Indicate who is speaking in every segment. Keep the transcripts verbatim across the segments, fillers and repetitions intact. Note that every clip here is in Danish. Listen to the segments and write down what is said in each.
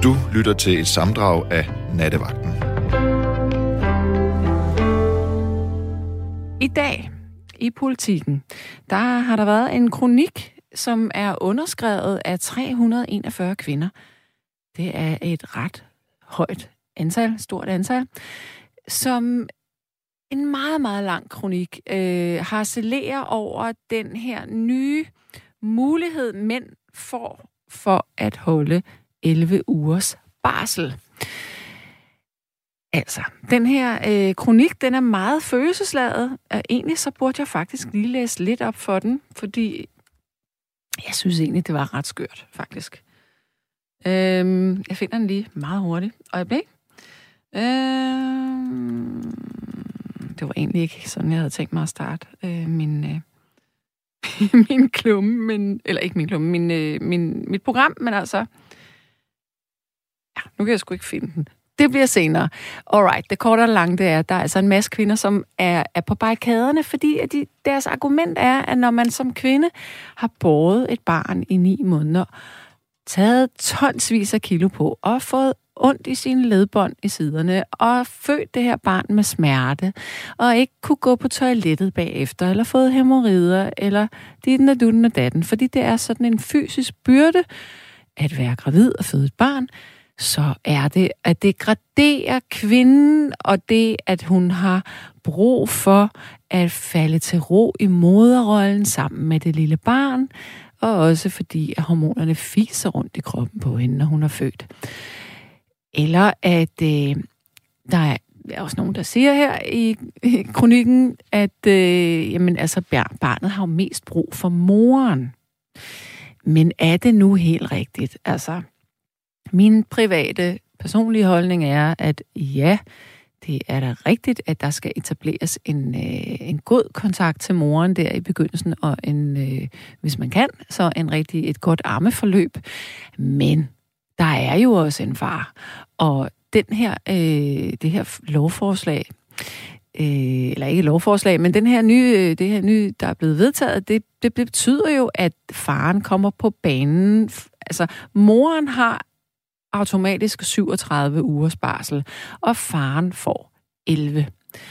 Speaker 1: Du lytter til et sammendrag af Nattevagten.
Speaker 2: I dag i Politiken, der har der været en kronik, som er underskrevet af tre hundrede og enogfyrre kvinder. Det er et ret højt antal, stort antal, som en meget, meget lang kronik øh, harcelerer over den her nye mulighed, mænd får for at holde elleve ugers barsel. Altså, den her øh, kronik, den er meget følelsesladet. Og egentlig så burde jeg faktisk lige læse lidt op for den, fordi jeg synes egentlig, det var ret skørt, faktisk. Øhm, jeg finder den lige meget hurtigt. Øjeblik. Øhm, det var egentlig ikke sådan, jeg havde tænkt mig at starte øh, min, øh, min klumme, men, eller ikke min klumme, min, øh, min, mit program, men altså, ja, nu kan jeg sgu ikke finde den. Det bliver senere. Alright, det korte og lange, det er, at der er altså en masse kvinder, som er, er på barrikaderne, fordi at de, deres argument er, at når man som kvinde har båret et barn i ni måneder, taget tonsvis af kilo på, og fået ondt i sine ledbånd i siderne, og født det her barn med smerte, og ikke kunne gå på toilettet bagefter, eller fået hæmorrider, eller ditten og dutten og datten, fordi det er sådan en fysisk byrde at være gravid og føde et barn, så er det at degradere kvinden, og det, at hun har brug for at falde til ro i moderrollen sammen med det lille barn, og også fordi, at hormonerne fiser rundt i kroppen på hende, når hun er født. Eller at øh, der er også nogen, der siger her i, i kronikken, at øh, jamen, altså, barnet har jo mest brug for moren. Men er det nu helt rigtigt? Altså, min private, personlige holdning er, at ja, det er da rigtigt, at der skal etableres en, øh, en god kontakt til moren der i begyndelsen, og en, øh, hvis man kan, så en rigtig et godt ammeforløb. Men der er jo også en far, og den her, øh, det her lovforslag, øh, eller ikke lovforslag, men den her nye, det her nye, der er blevet vedtaget, det, det betyder jo, at faren kommer på banen. Altså, moren har automatisk syvogtredive ugers barsel, og faren får elleve.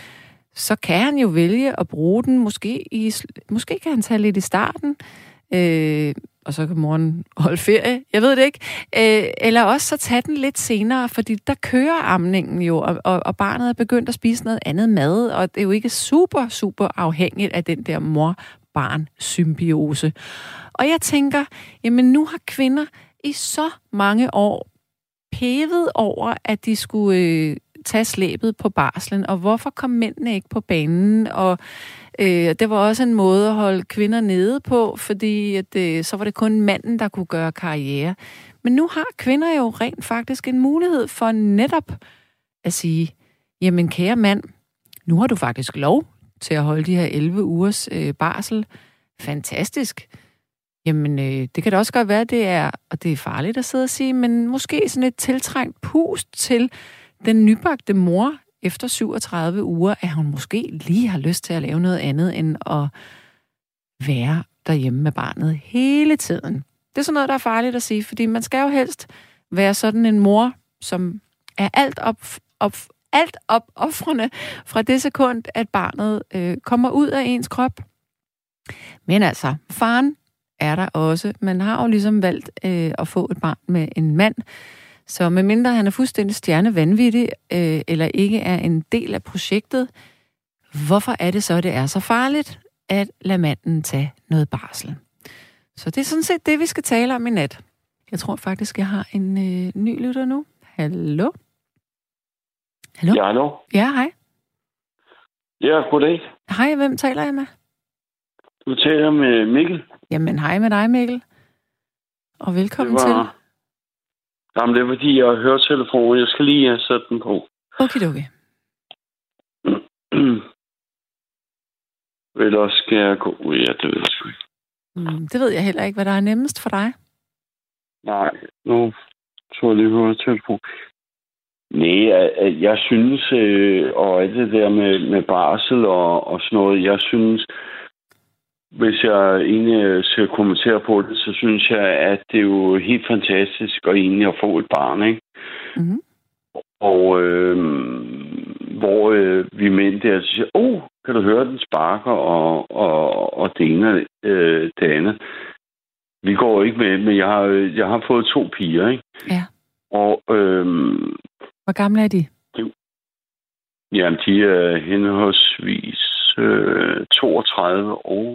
Speaker 2: Så kan han jo vælge at bruge den, måske, i, måske kan han tage lidt i starten, øh, og så kan moren holde ferie, jeg ved det ikke, øh, eller også så tage den lidt senere, fordi der kører amningen jo, og, og, og barnet er begyndt at spise noget andet mad, og det er jo ikke super, super afhængigt af den der mor-barn-symbiose. Og jeg tænker, jamen nu har kvinder i så mange år pævet over, at de skulle øh, tage slæbet på barslen, og hvorfor kom mændene ikke på banen? Og øh, det var også en måde at holde kvinder nede på, fordi at, øh, så var det kun manden, der kunne gøre karriere. Men nu har kvinder jo rent faktisk en mulighed for netop at sige, jamen kære mand, nu har du faktisk lov til at holde de her elleve ugers øh, barsel. Fantastisk. Jamen, øh, det kan da også godt være, det er, og det er farligt at sidde og sige, men måske sådan et tiltrængt pust til den nybagte mor efter syvogtredive uger, at hun måske lige har lyst til at lave noget andet, end at være derhjemme med barnet hele tiden. Det er sådan noget, der er farligt at sige, fordi man skal jo helst være sådan en mor, som er alt op, op, alt opoffrende fra det sekund, at barnet øh, kommer ud af ens krop. Men altså, faren er der også. Man har jo ligesom valgt øh, at få et barn med en mand, så medmindre han er fuldstændig stjernevanvittig, øh, eller ikke er en del af projektet, hvorfor er det så, det er så farligt at lade manden tage noget barsel? Så det er sådan set det, vi skal tale om i nat. Jeg tror faktisk, jeg har en øh, ny lytter nu. Hallo? Hallo?
Speaker 3: Ja, hallo.
Speaker 2: Ja, hej.
Speaker 3: Ja, goddag.
Speaker 2: Hej, hvem taler jeg med?
Speaker 3: Du taler med Mikkel.
Speaker 2: Jamen, hej med dig, Mikkel. Og velkommen
Speaker 3: det var...
Speaker 2: til.
Speaker 3: Jamen, det er fordi, jeg har hørt telefonen. Jeg skal lige have sat den på.
Speaker 2: Okay, okay.
Speaker 3: Ellers skal jeg gå... Ja, det ved jeg sgu ikke.
Speaker 2: Mm, det ved jeg heller ikke, hvad der er nemmest for dig.
Speaker 3: Nej, nu tror jeg lige hørt telefonen. Nej, jeg, jeg synes, øh, og alt det der med, med barsel og, og sådan noget, jeg synes, hvis jeg egentlig skal kommentere på det, så synes jeg, at det er jo helt fantastisk at egentlig at få et barn, ikke?
Speaker 2: Mm-hmm.
Speaker 3: Og øh, hvor øh, vi mænd der siger, åh, oh, kan du høre, den sparker, og, og, og det ene øh, det andet. Vi går ikke med, men jeg har, jeg har fået to piger, ikke?
Speaker 2: Ja.
Speaker 3: Og øh,
Speaker 2: hvor gamle er de?
Speaker 3: de jamen, de er henholdsvis øh, toogtredive og...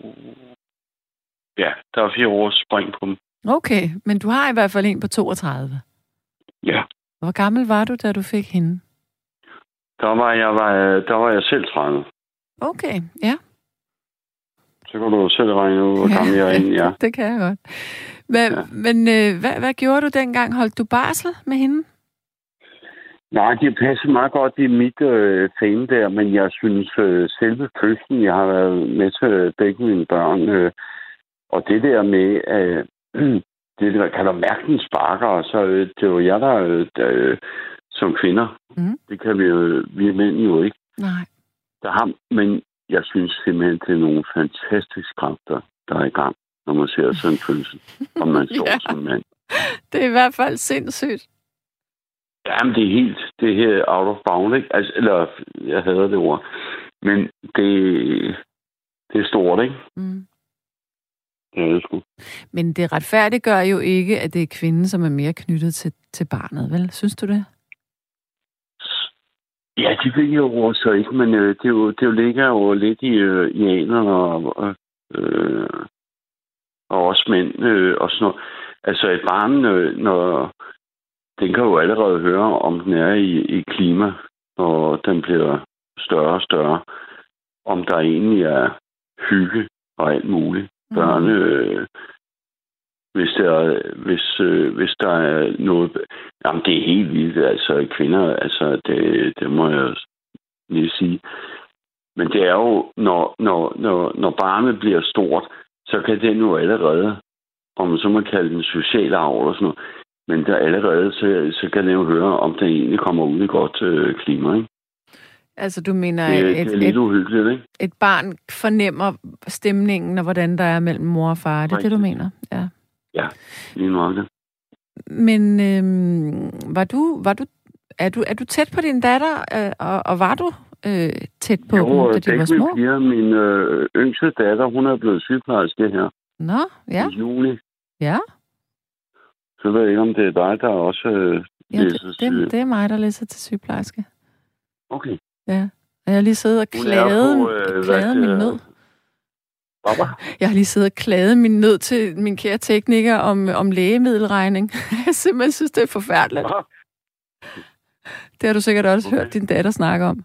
Speaker 3: Ja, der er fire års spring på dem.
Speaker 2: Okay, men du har i hvert fald en på toogtredive.
Speaker 3: Ja.
Speaker 2: Hvor gammel var du, da du fik hende?
Speaker 3: Der var jeg, var, der var jeg selv tredive.
Speaker 2: Okay, ja.
Speaker 3: Så kan du selv regne ud, hvor gammel jeg er inde, ja.
Speaker 2: Det kan jeg godt. Hva, ja. Men øh, hvad, hvad gjorde du dengang? Holdt du barsel med hende?
Speaker 3: Nej, det passede meget godt i mit øh, fame der, men jeg synes øh, selve fødslen, jeg har været med til begge mine børn, øh, og det der med, øh, det der, kan du mærke den sparker, og så øh, det var jeg, der, øh, der som kvinder, mm. det kan vi jo, vi mænd jo ikke.
Speaker 2: Nej.
Speaker 3: Der har, men jeg synes simpelthen, det er nogle fantastiske kræfter, der er i gang, når man ser sådan en fødsel, og man står ja. Som mand.
Speaker 2: Det er i hvert fald sindssygt.
Speaker 3: Jamen, det er helt, det her out of bound, ikke? Altså, eller, jeg hader det ord. Men det, det er stort, ikke? Mm. Ja, det er sgu.
Speaker 2: Men det retfærdiggør jo ikke, at det er kvinden, som er mere knyttet til, til barnet, vel? Synes du det?
Speaker 3: Ja, det vil jeg jo så ikke, men øh, det, jo, det jo ligger jo lidt i øh, iranerne og, og, øh, og også mænd øh, og sådan noget. Altså et barn, øh, når den kan jo allerede høre, om den er i, i klima, og den bliver større og større. Om der egentlig er hygge og alt muligt. Mm. Børne, øh, hvis, der, hvis, øh, hvis der er noget... Jamen, det er helt vildt. Altså, kvinder, altså, det, det må jeg lige sige. Men det er jo, når, når, når, når barnet bliver stort, så kan den jo allerede, om man så må kalde den social arv og sådan noget, men der allerede, så, så kan jeg jo høre, om det egentlig kommer ud i godt øh, klima, ikke?
Speaker 2: Altså, du mener,
Speaker 3: det,
Speaker 2: et,
Speaker 3: det er lidt uhyggeligt, ikke?
Speaker 2: Et barn fornemmer stemningen, og hvordan der er mellem mor og far. Det er det, du mener? Ja,
Speaker 3: ja, lige nok det.
Speaker 2: Men øhm, var du, var du, er du, er du tæt på din datter, øh, og, og var du øh, tæt på
Speaker 3: jo,
Speaker 2: dem, da de var små?
Speaker 3: Jo, min øh, yngste datter, hun er blevet sygeplejerske her.
Speaker 2: Nå, ja.
Speaker 3: I juli.
Speaker 2: Ja.
Speaker 3: Så ved jeg ikke, om det er dig, der også øh,
Speaker 2: ja, læser det, det, det er mig, der læser til sygeplejerske.
Speaker 3: Okay.
Speaker 2: Ja, og jeg har lige siddet og klaget, på, øh, klaget min nød.
Speaker 3: Papa?
Speaker 2: Jeg har lige siddet og klaget min nød til min kære tekniker om, om lægemiddelregning. Jeg simpelthen synes, det er forfærdeligt. Aha. Det har du sikkert også okay. hørt din datter snakke om.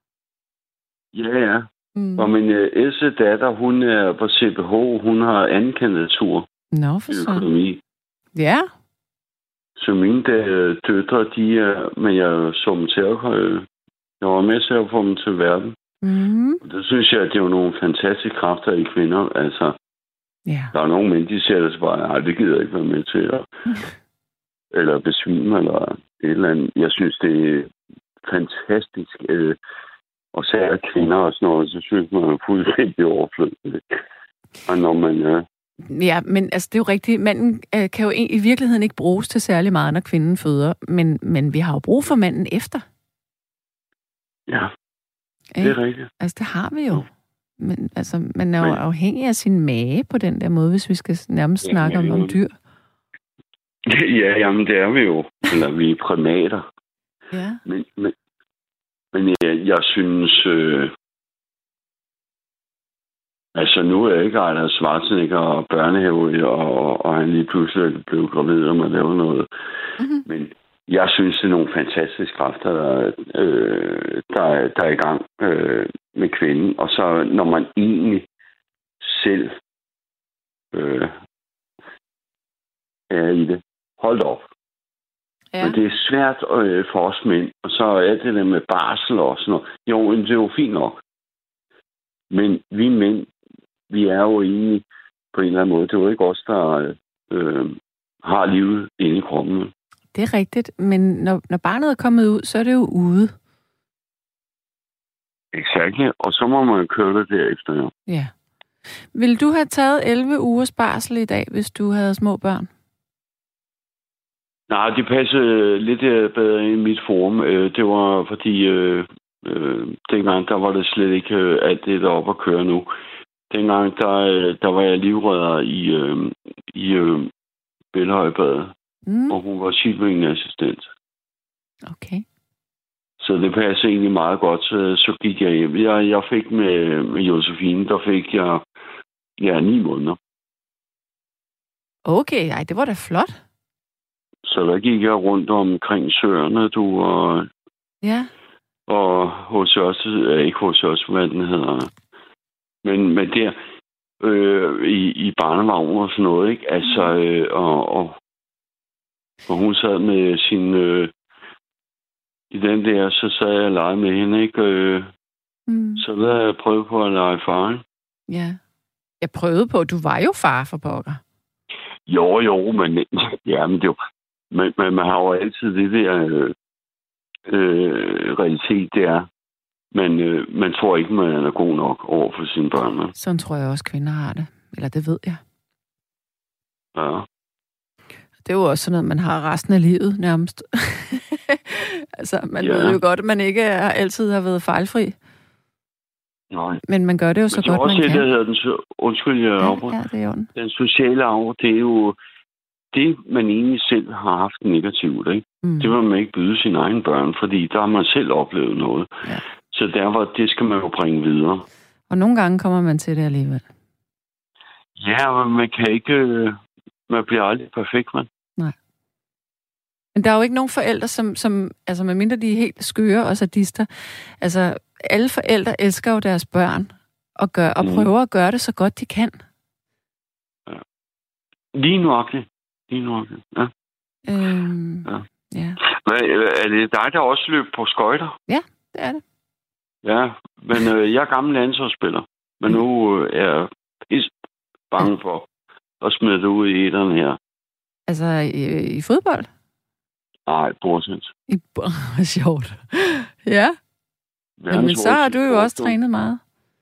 Speaker 3: Ja, ja. Mm. Og min øh, ældste datter, hun er på C P H, hun har anden kandidatur
Speaker 2: Nå, for
Speaker 3: i økonomi.
Speaker 2: Ja.
Speaker 3: Så mine der, døtre, de er, men jeg så dem til at, øh, jeg var med til at få dem til verden.
Speaker 2: Mm.
Speaker 3: Og det synes jeg, at det er jo nogle fantastiske kræfter i kvinder. Altså,
Speaker 2: yeah.
Speaker 3: der er nogle mænd, de siger det bare, nej, det gider jeg ikke være med til. At, eller besvime, eller et eller andet. Jeg synes, det er fantastisk. Øh, og særligt kvinder og sådan noget, så synes man er fuldstændig overflødigt. Og når man er...
Speaker 2: Ja, men altså, det er jo rigtigt. Manden øh, kan jo i virkeligheden ikke bruges til særlig meget, når kvinden føder. Men, men vi har jo brug for manden efter.
Speaker 3: Ja, det er rigtigt.
Speaker 2: Altså, det har vi jo. Men altså, man er jo men... afhængig af sin mage på den der måde, hvis vi skal nærmest ja, snakke om, om dyr.
Speaker 3: Ja, jamen det er vi jo. Eller vi er primater.
Speaker 2: Ja.
Speaker 3: Men, men, men jeg, jeg synes... Øh... Altså, nu er jeg ikke Arnold Schwarzenegger og børnehave, og, og han lige pludselig blev gravid om at lave noget. Mm-hmm. Men jeg synes, det er nogle fantastiske kræfter, der, øh, der, er, der er i gang øh, med kvinden. Og så når man egentlig selv øh, er i det, hold op. Ja. Men det er svært øh, for os mænd. Og så er det der med barsel og sådan noget. Jo, det er jo fint nok. Men vi mænd, vi er jo egentlig på en eller anden måde. Det er jo ikke os, der øh, har livet inde i kroppen.
Speaker 2: Det er rigtigt, men når, når barnet er kommet ud, så er det jo ude.
Speaker 3: Exakt, og så må man køre det derefter, jo.
Speaker 2: Ja. Vil du have taget elleve ugers barsel i dag, hvis du havde små børn?
Speaker 3: Nej, det passede lidt bedre i mit forum. Det var fordi, øh, øh, dengang der var det slet ikke alt det, der op at køre nu. Dengang, der, der var jeg livredder i, øh, i øh, Bellehøjbadet, mm. og hun var sygemeldingsassistent.
Speaker 2: Okay.
Speaker 3: Så det passede egentlig meget godt, så, så gik jeg hjem. Jeg, jeg fik med, med Josefine, der fik jeg ja, ni måneder.
Speaker 2: Okay, ej, det var da flot.
Speaker 3: Så der gik jeg rundt omkring søerne, du, og,
Speaker 2: ja.
Speaker 3: og hos os, ikke hos os, hvad den hedder, men, men der øh, i, i barnevogn og sådan noget, ikke? Altså, øh, og, og, og hun sad med sin, øh, i den der, så sad jeg og legede med hende, ikke? Øh, mm. Så der jeg prøvede på at lege far, ikke?
Speaker 2: Ja. Jeg prøvede på, du var jo far for pokker.
Speaker 3: Jo, jo, men, ja, men det var, man, man, man har jo altid det der øh, øh, realitet, det er, men øh, man tror ikke, man er god nok over for sine børn. Man.
Speaker 2: Sådan tror jeg også, kvinder har det. Eller det ved jeg.
Speaker 3: Ja.
Speaker 2: Det er jo også sådan noget, man har resten af livet nærmest. altså, man ja. ved jo godt, at man ikke er, altid har været fejlfri.
Speaker 3: Nej.
Speaker 2: Men man gør det jo så
Speaker 3: men
Speaker 2: godt, man
Speaker 3: det,
Speaker 2: kan.
Speaker 3: Det hedder den, undskyld, jeg
Speaker 2: ja,
Speaker 3: afbryder.
Speaker 2: Ja, det er orden.
Speaker 3: Den sociale arv, det er jo det, man egentlig selv har haft negativt, ikke? Mm. Det vil man ikke byde sine egne børn, fordi der har man selv oplevet noget. Ja. Så derfor, det skal man jo bringe videre.
Speaker 2: Og nogle gange kommer man til det alligevel.
Speaker 3: Ja, men man kan ikke... Man bliver aldrig perfekt, man.
Speaker 2: Nej. Men der er jo ikke nogen forældre, som... som altså, medmindre de er helt skøre og sadister. Altså, alle forældre elsker jo deres børn og, gør, og mm. prøver at gøre det så godt de kan.
Speaker 3: Ja. Lige nøjagtigt. Lige nøjagtigt, ja.
Speaker 2: Øhm, ja. ja.
Speaker 3: Men, er det dig, der også løb på skøjter?
Speaker 2: Ja, det er det.
Speaker 3: Ja, men øh, jeg er gammel landsholdsspiller. Men mm. nu øh, er jeg pisse bange for at smide det ud i etterne her.
Speaker 2: Altså i, i fodbold?
Speaker 3: Nej, bortsendt.
Speaker 2: I Hvor sjovt. ja. Jamen, så har du jo også trænet meget.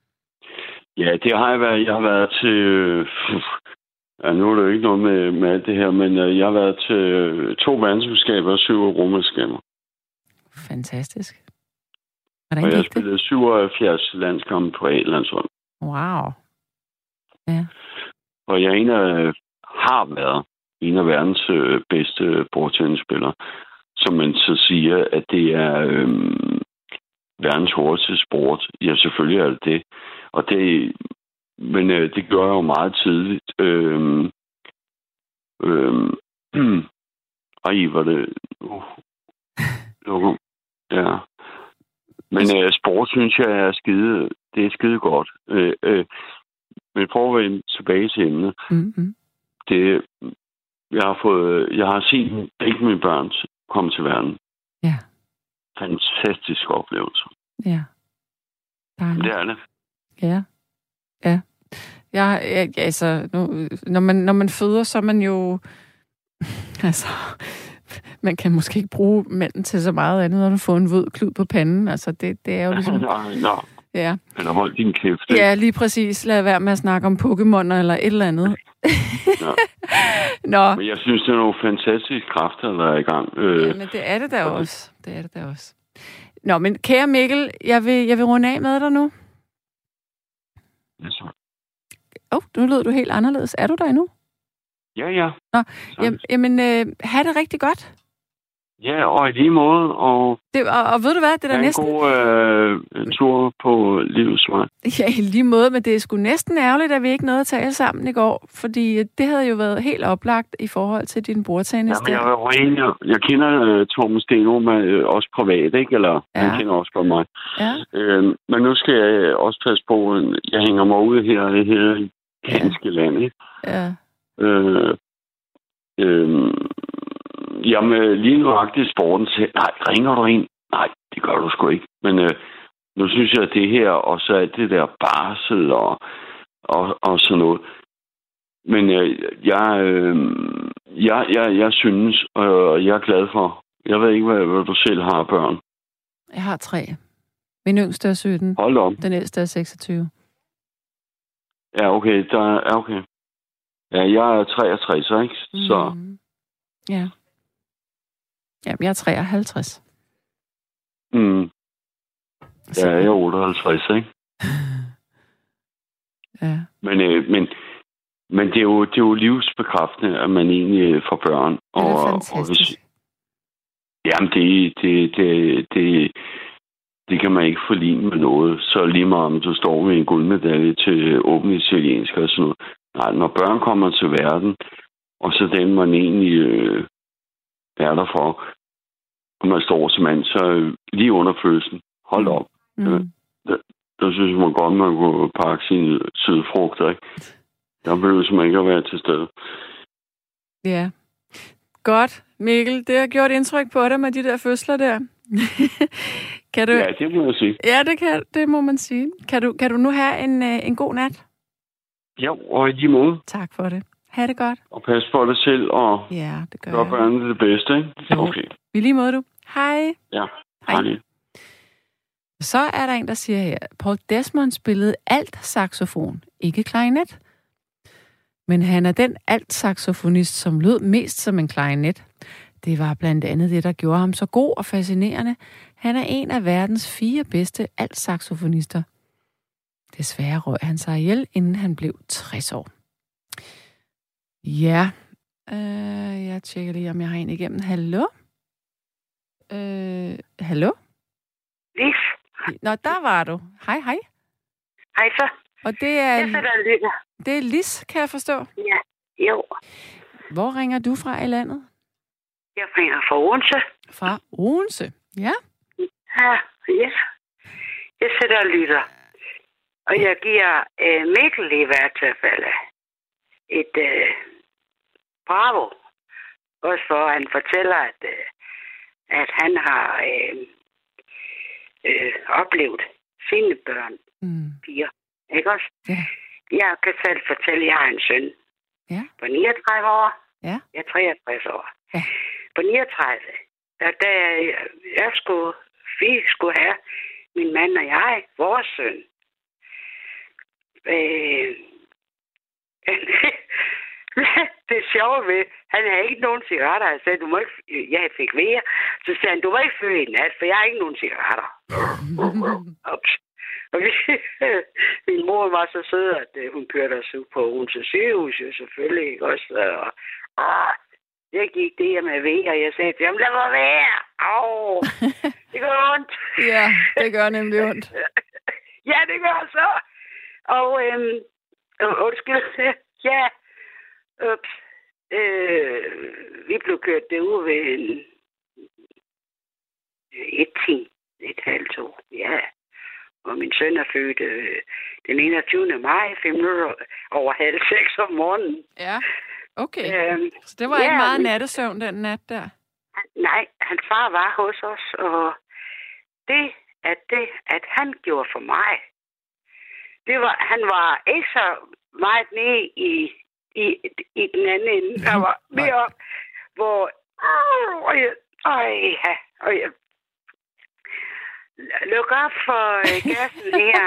Speaker 3: Ja, det har jeg været. Jeg har været til... Øh, ja, nu er det jo ikke noget med, med alt det her, men øh, jeg har været til øh, to verdensmesterskaber og syv europamesterskaber.
Speaker 2: Fantastisk. Hvordan
Speaker 3: og
Speaker 2: gik
Speaker 3: jeg
Speaker 2: det?
Speaker 3: spillede syvoghalvfjerds landskampe på A-landshold.
Speaker 2: Wow. Ja.
Speaker 3: Og jeg er en af, har været en af verdens øh, bedste bordtennisspillere, som man så siger, at det er øh, verdens hurtigste sport. Ja, selvfølgelig er det det. Og det, men øh, det gør jeg jo meget tidligt. Øh, øh, ej, var det... Uh, ja. Men øh, sport, synes jeg, er skide, det er skide godt. Øh, øh, men prøv at vende tilbage til emnet.
Speaker 2: Mm-hmm. Det,
Speaker 3: jeg har fået, jeg har set ikke mine børn komme til verden.
Speaker 2: Ja.
Speaker 3: Fantastisk oplevelse.
Speaker 2: Ja. Dejligt.
Speaker 3: Det er det.
Speaker 2: Ja. Ja. Jeg, jeg, altså, nu, når, man, når man føder, så er man jo... altså... Man kan måske ikke bruge manden til så meget andet, når du får en våd klud på panden. Altså, det, det er jo ligesom...
Speaker 3: Nej, nej.
Speaker 2: Ja.
Speaker 3: Eller hold din kæft.
Speaker 2: Ja, lige præcis. Lad være med at snakke om Pokémoner eller et eller andet.
Speaker 3: Ja.
Speaker 2: Nå.
Speaker 3: Men jeg synes, det er nogle fantastiske kræfter, der er i gang.
Speaker 2: Øh, ja, men det er det da også. Det er det da også. Nå, men kære Mikkel, jeg vil, jeg vil runde af med dig nu.
Speaker 3: Ja, så.
Speaker 2: Åh, oh, nu lød du helt anderledes. Er du der endnu?
Speaker 3: Ja, ja.
Speaker 2: Nå, jamen, jamen øh, have det rigtig godt.
Speaker 3: Ja, og i lige måde. Og,
Speaker 2: det, og, og ved du hvad, det er der næsten...
Speaker 3: en god øh, tur på livets vej.
Speaker 2: Ja, i lige måde, men det er sgu næsten ærgerligt, at vi ikke nåede at tale sammen i går, fordi det havde jo været helt oplagt i forhold til din bordtennis.
Speaker 3: Jamen, jeg, var enig. jeg, jeg kender uh, Torben Steno, men uh, også privat, ikke? Eller ja. Han kender også godt mig.
Speaker 2: Ja.
Speaker 3: Uh, men nu skal jeg også passe på, at jeg hænger mig ude her, her i ganske ja. land, ikke?
Speaker 2: Ja.
Speaker 3: Uh, uh, Jamen, lige nuagtigt i sporten siger, nej, ringer du ind? Nej, det gør du sgu ikke. Men øh, nu synes jeg, at det her, og så er det der barsel og, og, og sådan noget. Men øh, jeg, øh, jeg, jeg, jeg synes, og jeg er glad for, jeg ved ikke, hvad, hvad du selv har af børn.
Speaker 2: Jeg har tre. Min yngste er sytten.
Speaker 3: Hold op.
Speaker 2: Den ældste er seksogtyve.
Speaker 3: Ja, okay. Der er okay. Ja, jeg er treogtres, ikke? Så...
Speaker 2: Mm. Ja. Jamen, jeg er treoghalvtreds.
Speaker 3: Mm. Ja, jeg er otteoghalvtreds, ikke?
Speaker 2: Ja.
Speaker 3: Men, øh, men, men det, er jo, det er jo livsbekræftende, at man egentlig får børn.
Speaker 2: Det er
Speaker 3: og,
Speaker 2: fantastisk.
Speaker 3: Og hvis, jamen, det, det, det, det, det kan man ikke forligne med noget. Så lige meget om du står med en guldmedalje til åben italiensk og sådan noget. Nej, når børn kommer til verden, og så den, man egentlig øh, er der for, og man står som mand, så øh, lige under fødslen, hold op.
Speaker 2: Mm.
Speaker 3: Øh, der, der synes man godt, man kunne pakke sine søde frugter, ikke? Der behøver man ikke at være til stede.
Speaker 2: Ja. Godt, Mikkel. Det har gjort indtryk på dig med de der fødsler der. Kan du...
Speaker 3: Ja, det må jeg sige.
Speaker 2: Ja, det, kan, det må man sige. Kan du, kan du nu have en, en god nat?
Speaker 3: Ja, og i lige måde.
Speaker 2: Tak for det. Ha' det godt.
Speaker 3: Og pas på dig selv, og
Speaker 2: ja, det gør
Speaker 3: gør børnene det bedste, ikke?
Speaker 2: Jo.
Speaker 3: Okay.
Speaker 2: I lige måde, du. Hej.
Speaker 3: Ja,
Speaker 2: hej.
Speaker 3: hej.
Speaker 2: Så er der en, der siger her, Paul Desmond spillede alt-saxofon, ikke klarinet. Men han er den alt-saxofonist, som lød mest som en klarinet. Det var blandt andet det, der gjorde ham så god og fascinerende. Han er en af verdens fire bedste alt-saxofonister. Desværre røg han sig ihjel, inden han blev tres år. Ja, øh, jeg tjekker lige, om jeg har en igennem. Hallo? Øh, hallo?
Speaker 4: Lis.
Speaker 2: Nå, der var du. Hej, hej.
Speaker 4: Hej så.
Speaker 2: Og det er...
Speaker 4: Jeg sætter lytter.
Speaker 2: Det er Lis, kan jeg forstå.
Speaker 4: Ja, jo.
Speaker 2: Hvor ringer du fra i landet?
Speaker 4: Jeg ringer fra Odense.
Speaker 2: Fra Odense, ja.
Speaker 4: Ja, yes. Jeg sætter lytter. Og jeg giver øh, Mikkel i hvert fald et øh, bravo. Også for, at han fortæller, at, øh, at han har øh, øh, oplevet sine børn,
Speaker 2: Mm.
Speaker 4: piger. Ikke også?
Speaker 2: Ja.
Speaker 4: Jeg kan selv fortælle, at jeg har en søn
Speaker 2: Ja.
Speaker 4: på niogtredive år.
Speaker 2: Ja.
Speaker 4: Jeg er treogtres år.
Speaker 2: Ja.
Speaker 4: På niogtredive, der, da jeg, jeg skulle, vi skulle have, min mand og jeg, vores søn. Øh, det er sjovt ved, han havde ikke nogen cigaretter. Jeg sagde, du må ikke, jeg fik mere. Så sagde han, du må ikke føde i nat, for jeg har ikke nogen cigaretter. Ups. Og vi, min mor var så sød, at uh, hun kørte os ud på Odense sygehus, jo selvfølgelig, ikke også? Og, og jeg gik det med ved, og jeg sagde til ham, lad mig være! Au! Det gør ondt.
Speaker 2: Ja, det gør nemlig ondt.
Speaker 4: Ja, det gør så. Og, øhm, undskyld, ja, ups, øh, vi blev kørt derude ved en, et ti, et halvt to, ja. Og min søn er født øh, den enogtyvende maj, fem minutter over halv seks om morgenen.
Speaker 2: Ja, okay.
Speaker 4: Øhm,
Speaker 2: Så det var
Speaker 4: ja,
Speaker 2: ikke meget
Speaker 4: men,
Speaker 2: nattesøvn den nat der?
Speaker 4: Nej, hans far var hos os, og det, at det, at han gjorde for mig, det var, han var ikke så meget nede i, i, i den anden ende. Der var mere op, hvor, åh, jeg, øj, øj, jeg, luk op for øh, gassen her.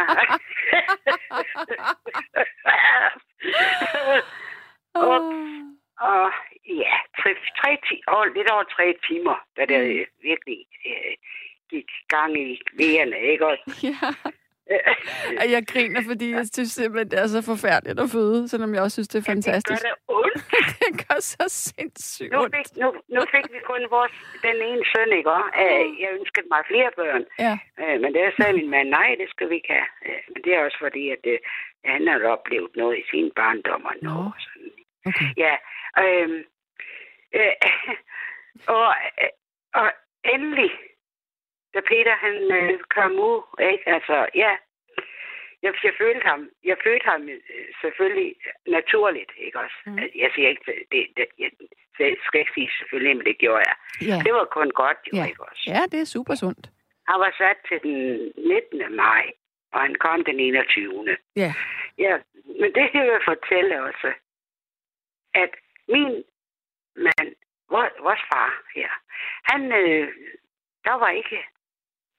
Speaker 4: og, og ja, tre, tre, år, lidt over tre timer, da det øh, virkelig øh, gik gang i vejerne, ikke også?
Speaker 2: Ja. Jeg griner, fordi jeg synes simpelthen, det er så forfærdeligt at føde, selvom jeg også synes, det er fantastisk.
Speaker 4: Det gør det ondt.
Speaker 2: Det gør så sindssygt
Speaker 4: nu
Speaker 2: ondt.
Speaker 4: fik, nu, nu fik vi kun vores, den ene søn, ikke også? Jeg ønskede mig flere børn.
Speaker 2: Ja.
Speaker 4: Men der sagde min mand, nej, det skal vi ikke have. Men det er også fordi, at øh, han har oplevet noget i sin barndom og noget.
Speaker 2: Nå.
Speaker 4: Sådan.
Speaker 2: Okay.
Speaker 4: Ja, øhm, øh, og, øh, og endelig, da Peter han øh, kom ud, ikke? Altså, ja, jeg, jeg følte ham, jeg følte ham øh, selvfølgelig naturligt, ikke også? Mm. Jeg siger ikke, det, det, jeg, jeg skal ikke sige selvfølgelig, men det gjorde jeg.
Speaker 2: Ja.
Speaker 4: Det var kun godt, jo,
Speaker 2: Ja.
Speaker 4: ikke også?
Speaker 2: Ja, det er super sundt.
Speaker 4: Han var sat til den nittende maj, og han kom den enogtyvende
Speaker 2: Ja.
Speaker 4: Ja, men det vil jeg fortælle også, at min mand, vores, vores far her, han, øh, der var ikke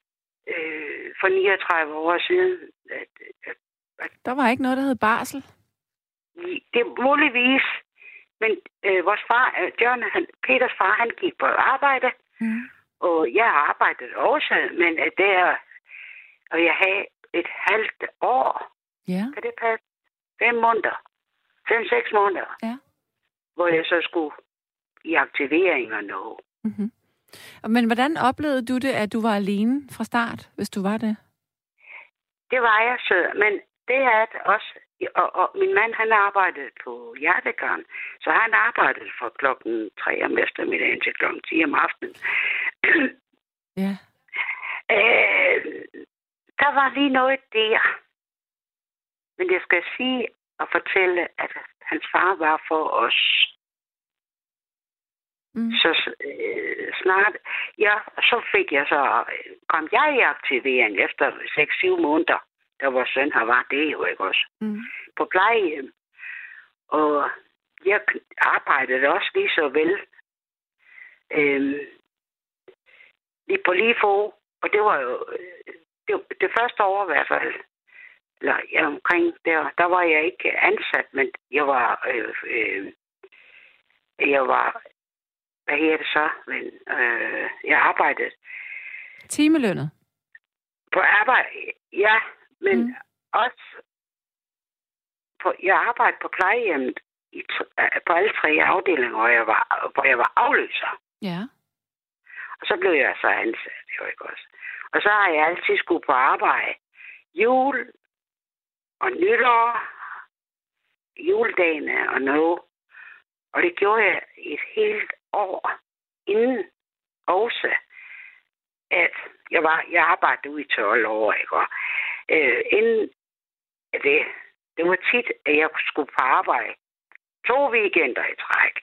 Speaker 4: øh, for niogtredive år siden, at, at, at
Speaker 2: Der var ikke noget, der hed barsel.
Speaker 4: det er muligvis. Men øh, vores far, øh, John, han, Peters far, han gik på arbejde. Mm. Og jeg har arbejdet også, men øh, der... Og jeg havde et halvt år.
Speaker 2: Ja.
Speaker 4: Kan det passe? Fem måneder. Fem, seks måneder.
Speaker 2: Ja.
Speaker 4: Hvor jeg så skulle i aktivering og noget.
Speaker 2: Mm-hmm. Men hvordan oplevede du det, at du var alene fra start, hvis du var det? Det
Speaker 4: var jeg så, men det er det også. Og, og min mand, han arbejdede på Hjertegarden, så han arbejdede fra klokken tre om eftermiddagen til klokken ti om aftenen.
Speaker 2: Ja.
Speaker 4: Øh, der var lige noget der. Men jeg skal sige og fortælle, at hans far var for os. Mm. Så øh, snart, ja, så fik jeg så, kom jeg i aktivering efter seks syv måneder, da vores søn har været det jo, ikke også? Mm. På plejehjem. Og jeg arbejdede også lige så vel. Øhm, lige på lige få, og det var jo det, var det første år i hvert fald, eller ja, omkring der, der var jeg ikke ansat, men jeg var, øh, øh, jeg var, hvad hedder det så? Men, øh, jeg arbejdede.
Speaker 2: Timelønnet?
Speaker 4: På arbejde, ja, men mm. også på, jeg arbejdede på plejehjemmet i, på alle tre afdelinger, hvor jeg var, hvor jeg var afløser.
Speaker 2: Ja.
Speaker 4: Og så blev jeg så ansat, det var ikke også. Og så har jeg altid skulle på arbejde. Jul og nytår, juledagene og noget. Og det gjorde jeg et helt år inden også, at jeg var, jeg arbejdede ude i tolv år, ikke? Og øh, inden det, det var tit, at jeg skulle på arbejde. To weekender i træk.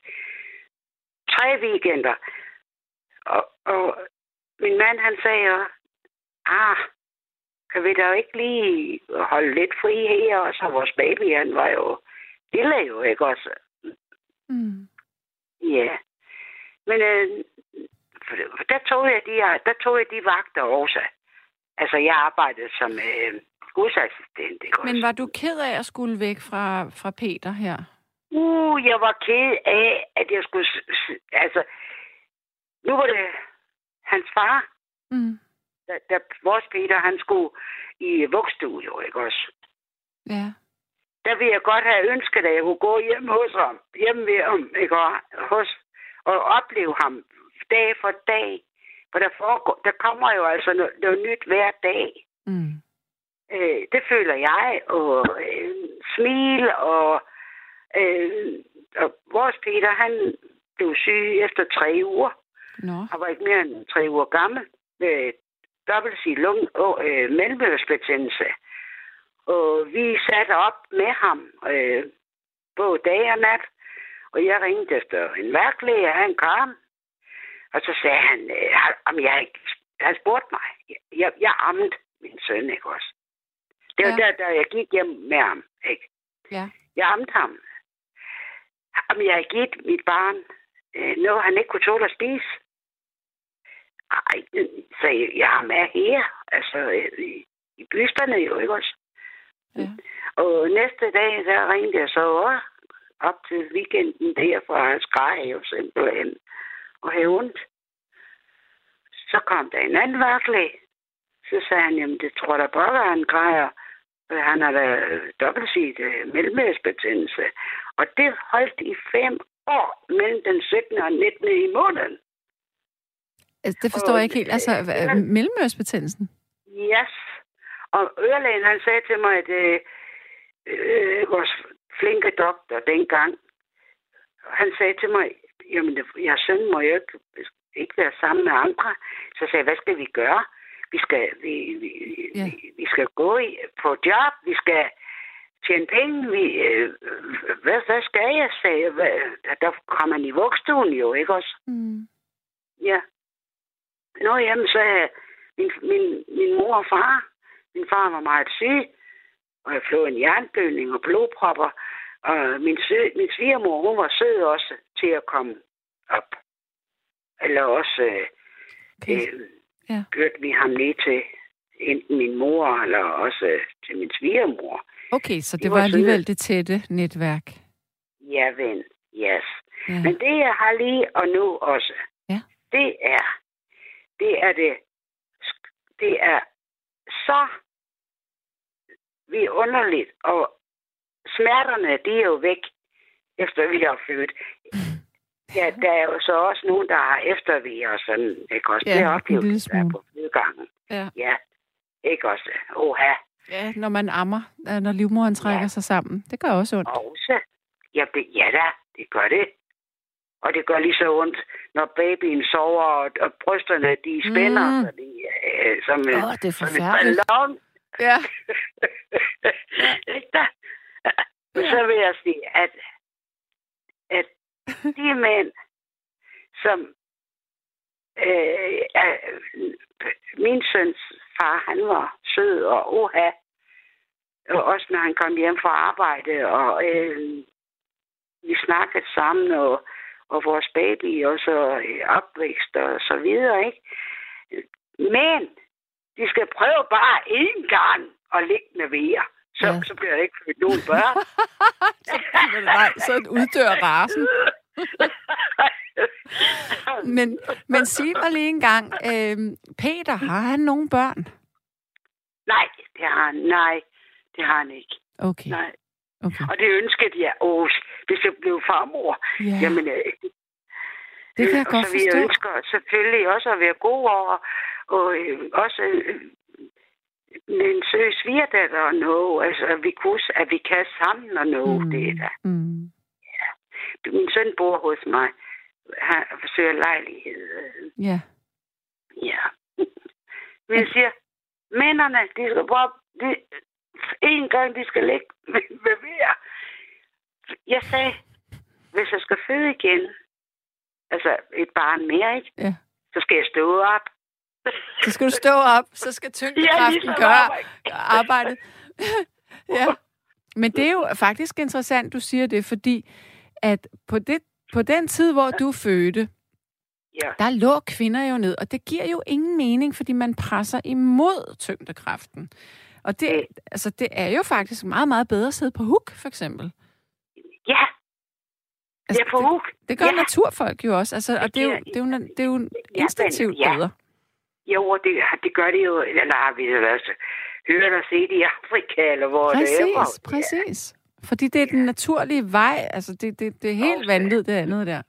Speaker 4: Tre weekender. Og, og min mand, han sagde jo, ah, kan vi da jo ikke lige holde lidt fri her? Og så vores baby, han var jo lille jo, ikke også? Mm. Ja. Men øh, der, tog jeg de, der tog jeg de vagter også. Altså, jeg arbejdede som øh, hussassistent, ikke også?
Speaker 2: Men var du ked af at skulle væk fra, fra Peter her?
Speaker 4: Uh, jeg var ked af, at jeg skulle... Altså, nu var det hans far. Mm. Da, da vores Peter, han skulle i vuggestue, jo, ikke også?
Speaker 2: Ja.
Speaker 4: Der ville jeg godt have ønsket, at jeg kunne gå hjem hos ham. Hjemme ved ham, ikke hos, og opleve ham dag for dag. For der, foregår, der kommer jo altså noget, noget nyt hver dag. Mm. Øh, det føler jeg. Og øh, smil og... Øh, og vores Peter, han blev syg efter tre uger.
Speaker 2: No.
Speaker 4: Han var ikke mere end tre uger gammel. Med dobbeltsidig lung og øh, mellemørebetændelse. Og vi satte op med ham øh, både dag og nat. Og jeg ringede efter en værklæge, og han kom. Og så sagde han, øh, om jeg ikke... Han spurgte mig. Jeg, jeg ammede min søn, ikke også? Det var ja. der, da jeg gik hjem med ham, ikke?
Speaker 2: Ja.
Speaker 4: Jeg ammede ham. Om jeg havde givet mit barn øh, noget, han ikke kunne tåle at spise. Ej, så jeg, jeg har med her. Altså, i, i bysterne jo, ikke også? Ja. Og næste dag, der ringte jeg så over, op til weekenden derfra, han skreg jo simpelthen og havde ondt. Så kom der en anden værklæge. Så sagde han, jamen det tror jeg bare, at han græder. Han har da dobbeltsidig uh, mellemørebetændelse. Og det holdt i fem år mellem den syttende og nittende i måneden.
Speaker 2: Altså, det forstår og, jeg ikke helt. Altså, øh, mellemørebetændelsen?
Speaker 4: Yes. Og ørelægen, han sagde til mig, at øh, øh, vores flinke doktor dengang, han sagde til mig, jamen, jeg søn må jo ikke, ikke være sammen med andre. Så sagde jeg, hvad skal vi gøre? Vi skal, vi, vi, ja. vi, vi skal gå i, på job, vi skal tjene penge. Vi, øh, hvad, hvad skal jeg, sagde jeg? Der kommer man i vuggestuen jo, ikke også? Mm. Ja. Nå, jamen, så er min, min, min mor og far, min far var meget syg, og jeg flog en hjerneblødning og blodpropper, og min, sø, min svigermor, hun var sød også til at komme op. Eller også... Øh,
Speaker 2: okay.
Speaker 4: øh, Ja. Kørte vi ham lige til enten min mor, eller også til min svigermor.
Speaker 2: Okay, så det
Speaker 4: De
Speaker 2: var
Speaker 4: var
Speaker 2: alligevel det tætte netværk.
Speaker 4: Ja, ven. Yes.
Speaker 2: Ja.
Speaker 4: Men det, jeg har lige og nu også,
Speaker 2: Ja.
Speaker 4: det er, det er det, det er så vidunderligt, og smerterne, de er jo væk, efter vi har født. Ja, der er jo så også nogen, der har eftervige og sådan, ikke også?
Speaker 2: Ja,
Speaker 4: det
Speaker 2: en
Speaker 4: oplevet,
Speaker 2: lille
Speaker 4: der er
Speaker 2: smule.
Speaker 4: på fødegangen.
Speaker 2: Ja.
Speaker 4: Ja, ikke også? Oha.
Speaker 2: Ja, når man ammer, øh, når livmoderen trækker
Speaker 4: Ja.
Speaker 2: sig sammen. Det gør også ondt.
Speaker 4: Også. Ja, det, ja da, det gør det. Og det gør lige så ondt, når babyen sover, og, og brysterne, de spænder,
Speaker 2: Mm.
Speaker 4: så de, øh, som,
Speaker 2: Åh,
Speaker 4: oh,
Speaker 2: det er
Speaker 4: som en
Speaker 2: forfærdeligt.
Speaker 4: ballon.
Speaker 2: Ja.
Speaker 4: Ikke da? Men så vil jeg sige, at, at de mænd, som øh, er, min søns far, han var sød og oha, og også når han kom hjem fra arbejde, og øh, vi snakkede sammen, og, og vores baby også opvækst og så videre, ikke? Men de skal prøve bare én gang at ligge med vejer. Så,
Speaker 2: Ja.
Speaker 4: så bliver der ikke født nogen børn.
Speaker 2: så, nej, så uddør rasen. Men, men sig mig lige en gang, øh, Peter, har han nogle børn?
Speaker 4: Nej, det har han. Nej, det har han ikke.
Speaker 2: Okay.
Speaker 4: Nej.
Speaker 2: okay.
Speaker 4: Og det ønskede jeg, åh, hvis jeg blev farmor.
Speaker 2: Ja,
Speaker 4: Jamen, øh,
Speaker 2: det kan jeg
Speaker 4: og
Speaker 2: godt
Speaker 4: så vi
Speaker 2: forstå.
Speaker 4: ønsker selvfølgelig også at være gode og, og øh, også øh, med en søg svigerdatter og noget. Altså, at vi, kunne, at vi kan sammen og noget.
Speaker 2: Mm.
Speaker 4: Det er der.
Speaker 2: Mm.
Speaker 4: Min søn bor hos mig. Han forsøger lejlighed.
Speaker 2: Ja.
Speaker 4: Ja. Men jeg siger, mændene, de skal bare... De, en gang, de skal ligge med, med mere. Jeg sagde, hvis jeg skal føde igen, altså et barn mere, ikke?
Speaker 2: Ja.
Speaker 4: Så skal jeg stå op.
Speaker 2: Så skal du stå op, så skal tyngdekraften
Speaker 4: ligesom
Speaker 2: gøre
Speaker 4: arbejde.
Speaker 2: arbejdet. Ja. Men det er jo faktisk interessant, du siger det, fordi at på, det, på den tid, hvor du fødte,
Speaker 4: Ja.
Speaker 2: der lå kvinder jo ned, og det giver jo ingen mening, fordi man presser imod tyngdekraften. Og det, altså, det er jo faktisk meget, meget bedre at sidde på huk, for eksempel.
Speaker 4: Ja,
Speaker 2: Altså,
Speaker 4: jeg er på
Speaker 2: det,
Speaker 4: huk.
Speaker 2: det gør
Speaker 4: Ja.
Speaker 2: naturfolk jo også, altså, og det er jo, det er jo, det er jo instinktivt
Speaker 4: ja.
Speaker 2: bedre.
Speaker 4: Jo, og det, det gør det jo, eller har vi jo også hørt og set i Afrika, eller hvor det er.
Speaker 2: Præcis, præcis. Fordi det er den naturlige vej, altså det, det, det er helt
Speaker 4: Også.
Speaker 2: vanvittigt, det andet der.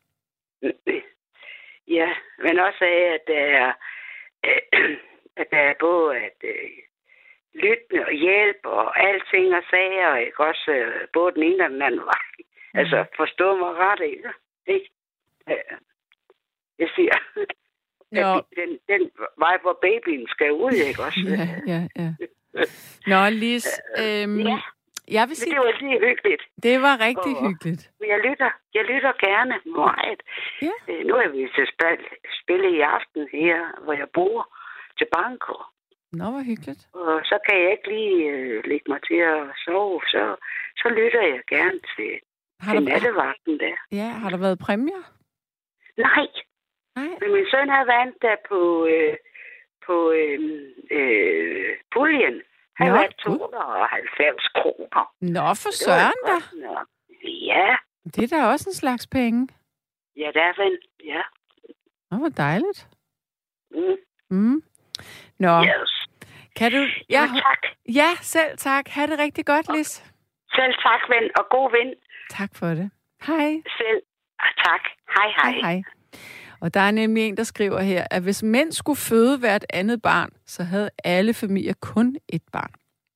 Speaker 4: Ja, men også af, at der er, at der er både at øh, lytte og hjælp og alting og sager, ikke? Også øh, både den ene og den anden vej. Mm. Altså, forstå mig ret, ikke? ikke? Øh, Jeg siger,
Speaker 2: Nå.
Speaker 4: at den, den vej, hvor babyen skal ud, ikke også?
Speaker 2: Ja, ja, ja. Nå, Lis, øhm,
Speaker 4: Ja.
Speaker 2: jeg vil
Speaker 4: Men
Speaker 2: sige,
Speaker 4: det var lige hyggeligt.
Speaker 2: det var rigtig
Speaker 4: Og-
Speaker 2: hyggeligt.
Speaker 4: Men jeg lytter, jeg lytter gerne meget.
Speaker 2: Ja.
Speaker 4: Øh, Nu er vi til spil, spille i aften her, hvor jeg bor, til Bangkok.
Speaker 2: Nå, hvor hyggeligt.
Speaker 4: Og så kan jeg ikke lige øh, lægge mig til at sove, så, så lytter jeg gerne til,
Speaker 2: Har
Speaker 4: til
Speaker 2: der,
Speaker 4: nattevagten der.
Speaker 2: ja, har der været præmier?
Speaker 4: Nej,
Speaker 2: Nej.
Speaker 4: men min søn har vandt der på, øh, på øh, øh, puljen. Han
Speaker 2: Nå,
Speaker 4: vandt
Speaker 2: gud.
Speaker 4: to hundrede og halvfems kroner.
Speaker 2: Nå, for
Speaker 4: Det var
Speaker 2: søren da.
Speaker 4: godt nok. Ja,
Speaker 2: Det er da også en slags penge.
Speaker 4: ja, der er vel, ja.
Speaker 2: Nå, hvor dejligt.
Speaker 4: Mm.
Speaker 2: Mm. Nå,
Speaker 4: Yes.
Speaker 2: kan du...
Speaker 4: Ja,
Speaker 2: Ja,
Speaker 4: tak.
Speaker 2: ja, selv tak. Ha' det rigtig godt, Lis.
Speaker 4: Selv tak, ven, og god ven.
Speaker 2: Tak for det. Hej.
Speaker 4: Selv tak. Hej, hej.
Speaker 2: Hej, hej. Og der er nemlig en, der skriver her, at hvis mænd skulle føde hvert andet barn, så havde alle familier kun ét barn.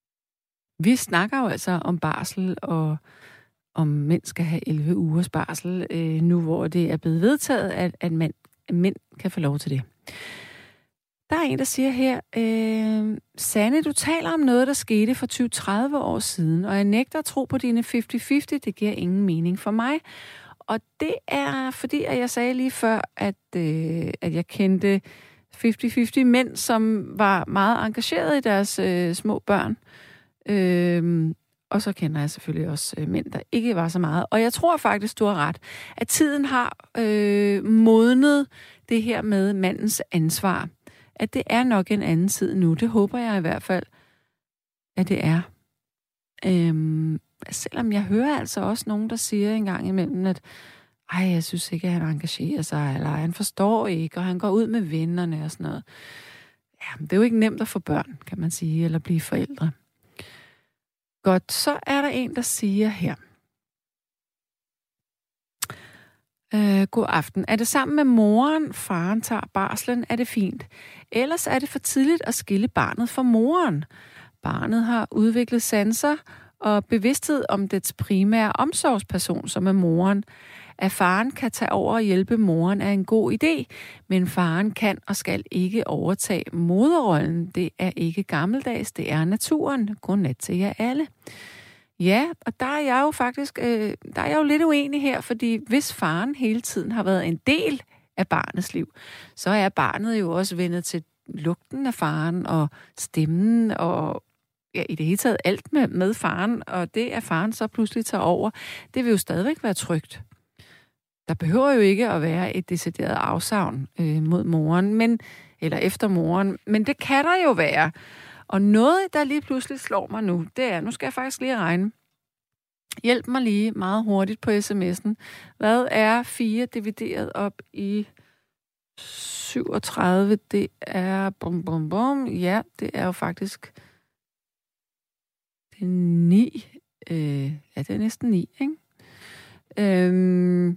Speaker 2: Vi snakker jo altså om barsel, og om mænd skal have elleve ugers barsel, øh, nu hvor det er blevet vedtaget, at, at, mænd, at mænd kan få lov til det. Der er en, der siger her, øh, Sanne, du taler om noget, der skete for tyve til tredive år siden, og jeg nægter at tro på dine halvtreds halvtreds, det giver ingen mening for mig. Og det er, fordi at jeg sagde lige før, at, øh, at jeg kendte halvtreds halvtreds mænd, som var meget engagerede i deres øh, små børn. Øh, og så kender jeg selvfølgelig også øh, mænd, der ikke var så meget. Og jeg tror faktisk, du har ret, at tiden har øh, modnet det her med mandens ansvar. at det er nok en anden tid nu. Det håber jeg i hvert fald, at det er. Øhm, selvom jeg hører altså også nogen, der siger en gang imellem, at ej, jeg synes ikke, at han engagerer sig, eller han forstår ikke, og han går ud med vennerne og sådan noget. Ja, det er jo ikke nemt at få børn, kan man sige, eller blive forældre. Godt, så er der en, der siger her. Øh, god aften. Er det sammen med moren, faren tager barslen, er det fint. Ellers er det for tidligt at skille barnet fra moren. Barnet har udviklet sanser og bevidsthed om dets primære omsorgsperson, som er moren. At faren kan tage over og hjælpe moren er en god idé, men faren kan og skal ikke overtage moderrollen. Det er ikke gammeldags, det er naturen. Godnat til jer alle. Ja, og der er jeg jo faktisk øh, der er jeg jo lidt uenig her, fordi hvis faren hele tiden har været en del af barnets liv, så er barnet jo også vendet til lugten af faren og stemmen og ja, i det hele taget alt med, med faren, og det at faren så pludselig tager over, det vil jo stadigvæk være trygt. Der behøver jo ikke at være et decideret afsavn øh, mod moren, men, eller efter moren, men det kan der jo være. Og noget, der lige pludselig slår mig nu, det er, nu skal jeg faktisk lige regne. Hjælp mig lige meget hurtigt på sms'en. Hvad er fire divideret op i syvogtredive? Det er bum bum bum. Ja, det er jo faktisk det er ni. Øh, ja, det er næsten ni, ikke? Øhm,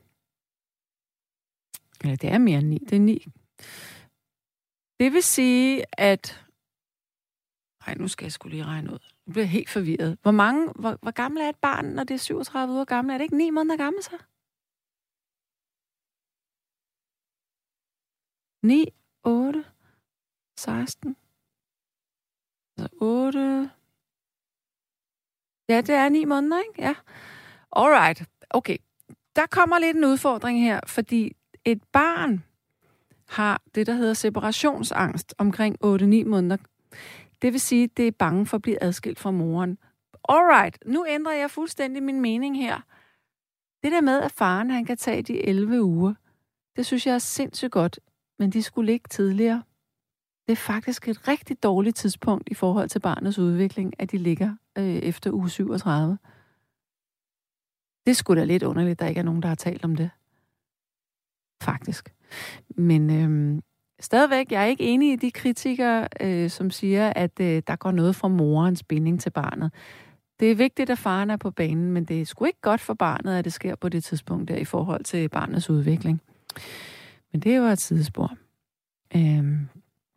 Speaker 2: eller det er mere end ni. Det er ni. Det vil sige, at nej, nu skal jeg sgu lige regne ud. Nu bliver jeg helt forvirret. Hvor mange, hvor, hvor gammel er et barn, når det er syvogtredive uger gammel? Er det ikke ni måneder gammel så? ni, otte, seksten, otte. Ja, det er ni måneder, ikke? Ja. Alright. Okay. Der kommer lidt en udfordring her, fordi et barn har det, der hedder separationsangst omkring otte ni måneder. Det vil sige, at det er bange for at blive adskilt fra moren. Alright, nu ændrer jeg fuldstændig min mening her. Det der med, at faren han kan tage de elleve uger, det synes jeg er sindssygt godt, men de skulle ligge tidligere. Det er faktisk et rigtig dårligt tidspunkt i forhold til barnets udvikling, at de ligger øh, efter uge syvogtredive. Det er sgu da lidt underligt, at der ikke er nogen, der har talt om det. Faktisk. Men øhm, stadigvæk, jeg er ikke enig i de kritikere, øh, som siger, at øh, der går noget fra morens binding til barnet. Det er vigtigt, at faren er på banen, men det er sgu ikke godt for barnet, at det sker på det tidspunkt der i forhold til barnets udvikling. Men det er jo et sidespor. Øhm.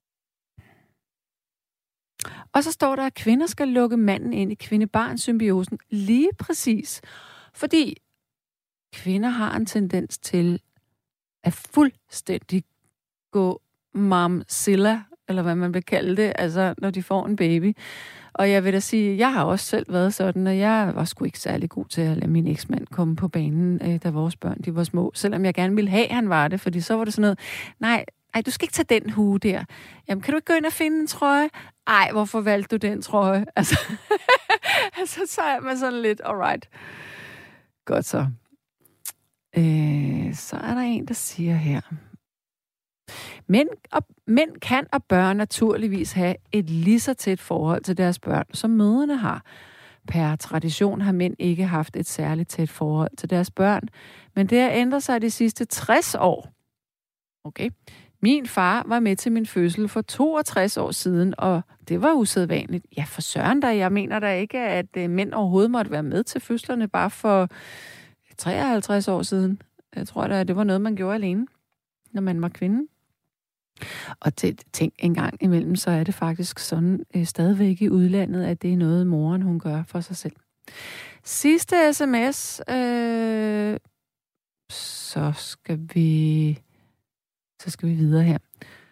Speaker 2: Og så står der, at kvinder skal lukke manden ind i kvinde-barn-symbiosen lige præcis, fordi kvinder har en tendens til at fuldstændig gå momzilla, eller hvad man vil kalde det, altså når de får en baby. Og jeg vil da sige, jeg har også selv været sådan, og jeg var sgu ikke særlig god til at lade min eksmand komme på banen, da vores børn de var små. Selvom jeg gerne ville have, at han var det, fordi så var det sådan noget, nej, ej, du skal ikke tage den hue der. Jamen, kan du ikke gå ind og finde en trøje? Ej, hvorfor valgte du den trøje? Altså, altså så er man sådan lidt, alright. Godt så. Øh, så er der en, der siger her. Mænd, og, mænd kan og bør naturligvis have et lige så tæt forhold til deres børn, som mødrene har. Per tradition har mænd ikke haft et særligt tæt forhold til deres børn, men det har ændret sig de sidste tres år. Okay. Min far var med til min fødsel for toogtres år siden, og det var usædvanligt. Ja, for søren da, jeg mener da ikke, at mænd overhovedet måtte være med til fødslerne bare for treoghalvtreds år siden. Jeg tror da, det var noget, man gjorde alene, når man var kvinde. Og tænk en gang imellem, så er det faktisk sådan øh, stadigvæk i udlandet, at det er noget, moren hun gør for sig selv. Sidste sms. Øh, så skal vi... Så skal vi videre her.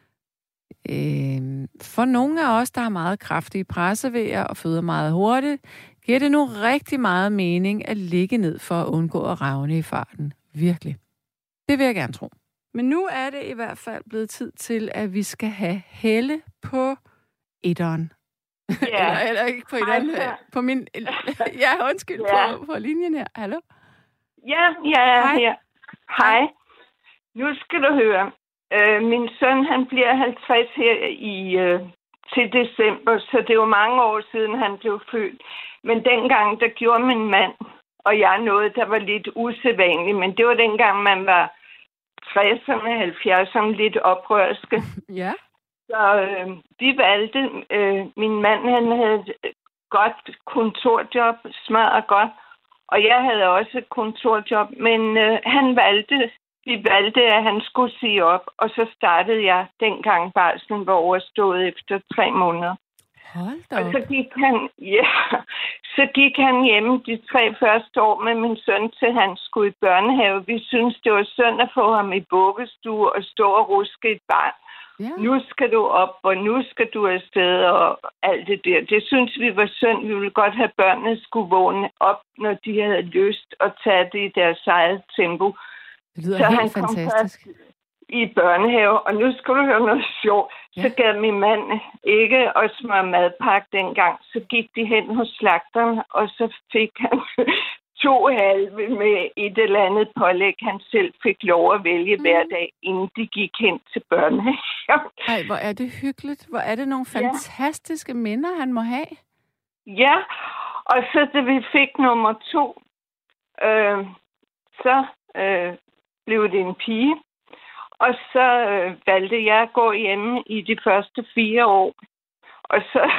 Speaker 2: Øh, for nogle af os, der har meget kraftige pressevejer og føder meget hurtigt, giver det nu rigtig meget mening at ligge ned for at undgå at ravne i farten. Virkelig. Det vil jeg gerne tro. Men nu er det i hvert fald blevet tid til, at vi skal have Helle på etteren.
Speaker 5: Ja.
Speaker 2: eller, eller ikke på etteren.
Speaker 5: Hej,
Speaker 2: på min... Ja, undskyld, ja. På, på linjen her. Hallo?
Speaker 5: Ja, jeg er
Speaker 2: Hej.
Speaker 5: her. Hej. Nu skal du høre. øh, min søn, han bliver halvtreds her i øh, til december, så det var mange år siden, han blev født. Men dengang, der gjorde min mand og jeg noget, der var lidt usædvanligt. Men det var dengang, man var tresserne, halvfjerdserne, lidt oprørske.
Speaker 2: Ja.
Speaker 5: Så øh, vi valgte, øh, min mand, han havde et godt kontorjob, smadret godt. Og jeg havde også et kontorjob, men øh, han valgte, vi valgte, at han skulle sige op. Og så startede jeg dengang barslen var overstået efter tre måneder.
Speaker 2: Hold da
Speaker 5: og så gik han, ja, så gik han hjemme de tre første år med min søn, til han skulle i børnehave. Vi synes det var synd at få ham i vuggestue og stå og ruske et barn. Ja. Nu skal du op, og nu skal du afsted, og alt det der. Det synes vi var synd. Vi ville godt have børnene skulle vågne op, når de havde lyst, og tage det i deres eget tempo.
Speaker 2: Det lyder
Speaker 5: så
Speaker 2: helt
Speaker 5: han
Speaker 2: fantastisk.
Speaker 5: Kom i børnehave, og nu skal du høre noget sjovt. Ja. Så gav min mand ikke at smøre madpakke dengang. Så gik de hen hos slagteren, og så fik han to halve med et eller andet pålæg, han selv fik lov at vælge mm. hver dag, inden de gik hen til børnehave.
Speaker 2: Ej, hvor er det hyggeligt. Hvor er det nogle fantastiske ja. minder, han må have.
Speaker 5: Ja, og så da vi fik nummer to, øh, så øh, blev det en pige. Og så øh, valgte jeg at gå hjemme i de første fire år. Og så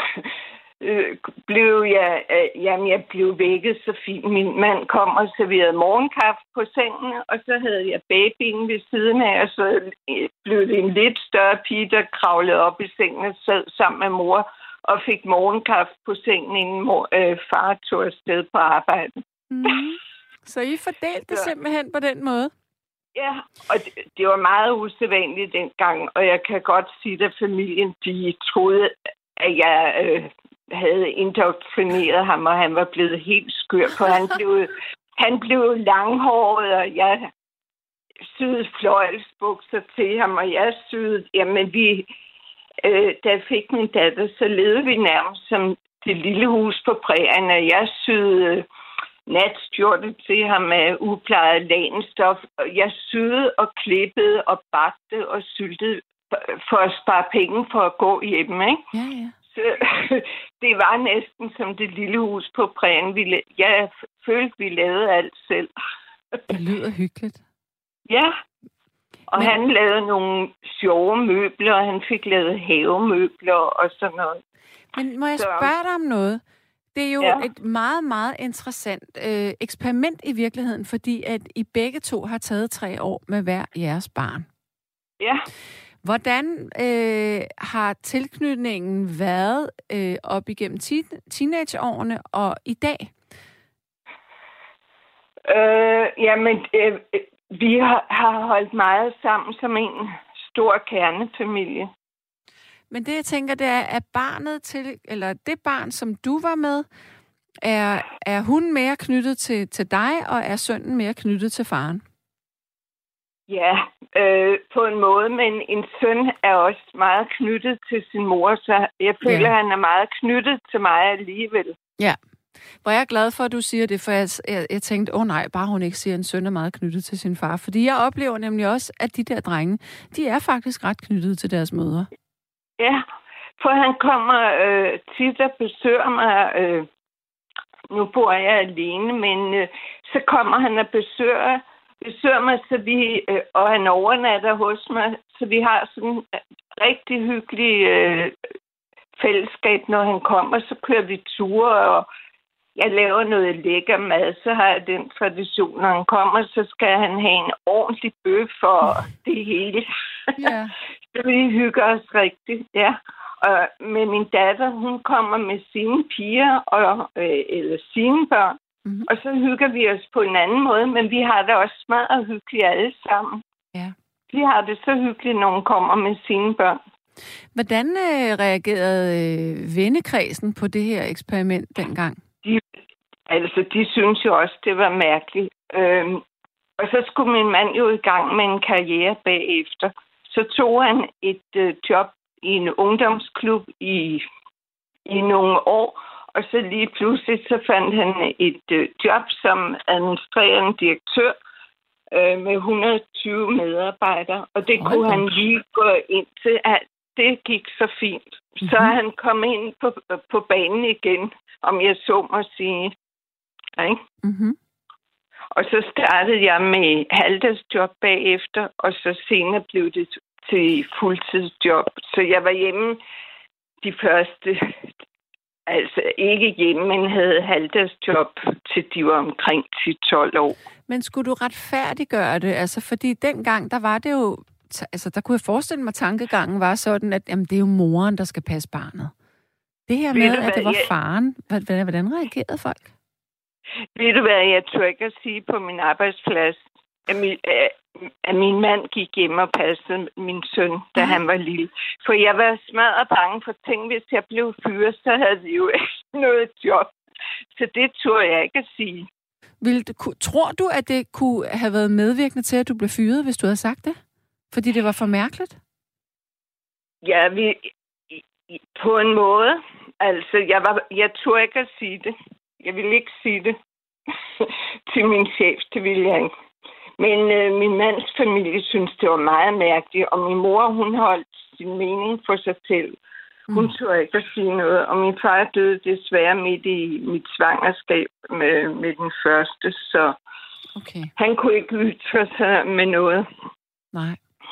Speaker 5: øh, blev jeg, øh, jamen jeg blev vækket så fint. Min mand kom og serverede morgenkaffe på sengen, og så havde jeg babyen ved siden af, og så øh, blev det en lidt større pige, der kravlede op i sengen og sad sammen med mor og fik morgenkaffe på sengen, inden mor, øh, far tog afsted på arbejde.
Speaker 2: Mm. Så I fordelte det simpelthen på den måde?
Speaker 5: Ja, og det, det var meget usædvanligt dengang, og jeg kan godt sige, at familien, de troede, at jeg øh, havde indoktrineret ham, og han var blevet helt skør, for han blev, han blev langhåret, og jeg syede fløjelsbukser til ham, og jeg syede, jamen vi, øh, da jeg fik min datter, så levede vi nærmest som det lille hus på prærien, og jeg syede natskjorte til ham med uplejet lagenstof. Jeg syede og klippede og bagte og syltede for at spare penge for at gå hjemme, ikke?
Speaker 2: Ja, ja.
Speaker 5: Så det var næsten som det lille hus på prærien. Jeg følte, vi lavede alt selv.
Speaker 2: Det lyder hyggeligt.
Speaker 5: Ja, og
Speaker 2: Men...
Speaker 5: han lavede nogle sjove møbler, og han fik lavet havemøbler og sådan noget.
Speaker 2: Men må jeg
Speaker 5: Så...
Speaker 2: spørge dig om noget? Det er jo
Speaker 5: ja.
Speaker 2: et meget, meget interessant øh, eksperiment i virkeligheden, fordi at I begge to har taget tre år med hver jeres barn.
Speaker 5: Ja.
Speaker 2: Hvordan øh, har tilknytningen været øh, op igennem te- teenageårene og i dag?
Speaker 5: Øh, jamen, øh, vi har, har holdt meget sammen som en stor kernefamilie.
Speaker 2: Men det, jeg tænker, det er, at barnet til, eller det barn, som du var med, er, er hun mere knyttet til, til dig, og er sønnen mere knyttet til faren?
Speaker 5: Ja, øh, på en måde, men en søn er også meget knyttet til sin mor, så jeg føler, ja. han er meget knyttet til mig alligevel.
Speaker 2: Ja, hvor jeg er glad for, at du siger det, for jeg, jeg, jeg tænkte, åh oh, nej, bare hun ikke siger, at en søn er meget knyttet til sin far. Fordi jeg oplever nemlig også, at de der drenge, de er faktisk ret knyttet til deres mødre.
Speaker 5: Ja, for han kommer øh, tit og besøger mig. Øh, nu bor jeg alene, men øh, så kommer han og besøger, besøger mig, så vi, øh, og han overnatter hos mig. Så vi har sådan en rigtig hyggelig øh, fællesskab, når han kommer. Så kører vi ture, og jeg laver noget lækker mad. Så har jeg den tradition, når han kommer, så skal han have en ordentlig bøf for det hele.
Speaker 2: Ja.
Speaker 5: Så vi hygger os rigtigt, ja. Og med min datter, hun kommer med sine piger, og, øh, eller sine børn. Mm-hmm. Og så hygger vi os på en anden måde, men vi har det også meget hyggeligt alle sammen.
Speaker 2: Ja.
Speaker 5: Vi har det så hyggeligt, når hun kommer med sine børn.
Speaker 2: Hvordan øh, reagerede øh, vennekredsen på det her eksperiment dengang?
Speaker 5: De, altså, de synes jo også, det var mærkeligt. Øhm, og så skulle min mand jo i gang med en karriere bagefter. Så tog han et øh, job i en ungdomsklub i, i nogle år, og så lige pludselig så fandt han et øh, job som administrerende direktør øh, med et hundrede og tyve medarbejdere, og det
Speaker 2: Hold
Speaker 5: kunne
Speaker 2: da.
Speaker 5: han lige gå ind til, at det gik så fint. Mm-hmm. Så er han kommet ind på, på banen igen, om jeg så må sige. Ikke?
Speaker 2: Mm-hmm.
Speaker 5: Og så startede jeg med halvdagsjob bagefter, og så senere blev det til fuldtidsjob. Så jeg var hjemme de første, altså ikke hjemme, men havde halvdagsjob til de var omkring ti til tolv år.
Speaker 2: Men skulle du retfærdiggøre det? Altså, fordi dengang, der var det jo... Altså, der kunne jeg forestille mig, at tankegangen var sådan, at jamen, det er jo moren, der skal passe barnet. Det her
Speaker 5: Ved
Speaker 2: med,
Speaker 5: du,
Speaker 2: at det var
Speaker 5: jeg...
Speaker 2: faren, hvordan, hvordan reagerede folk?
Speaker 5: Ved du hvad, jeg tør ikke at sige på min arbejdsplads, at min, at min mand gik hjem og passede min søn, da han var lille. For jeg var smadret bange for ting, hvis jeg blev fyret, så havde vi jo ikke noget job. Så det tør jeg ikke at sige.
Speaker 2: Vil du, tror du, at det kunne have været medvirkende til, at du blev fyret, hvis du havde sagt det? Fordi det var for mærkeligt?
Speaker 5: Ja, vi, på en måde. Altså, jeg, var, jeg turde ikke at sige det. Jeg ville ikke sige det til min chef, det ville jeg ikke. Men øh, min mands familie synes, det var meget mærkeligt, og min mor, hun holdt sin mening for sig selv. Hun mm. turde ikke at sige noget, og min far døde desværre midt i mit svangerskab med, med den første, så
Speaker 2: okay.
Speaker 5: Han kunne ikke ytre sig med noget.
Speaker 2: Nej.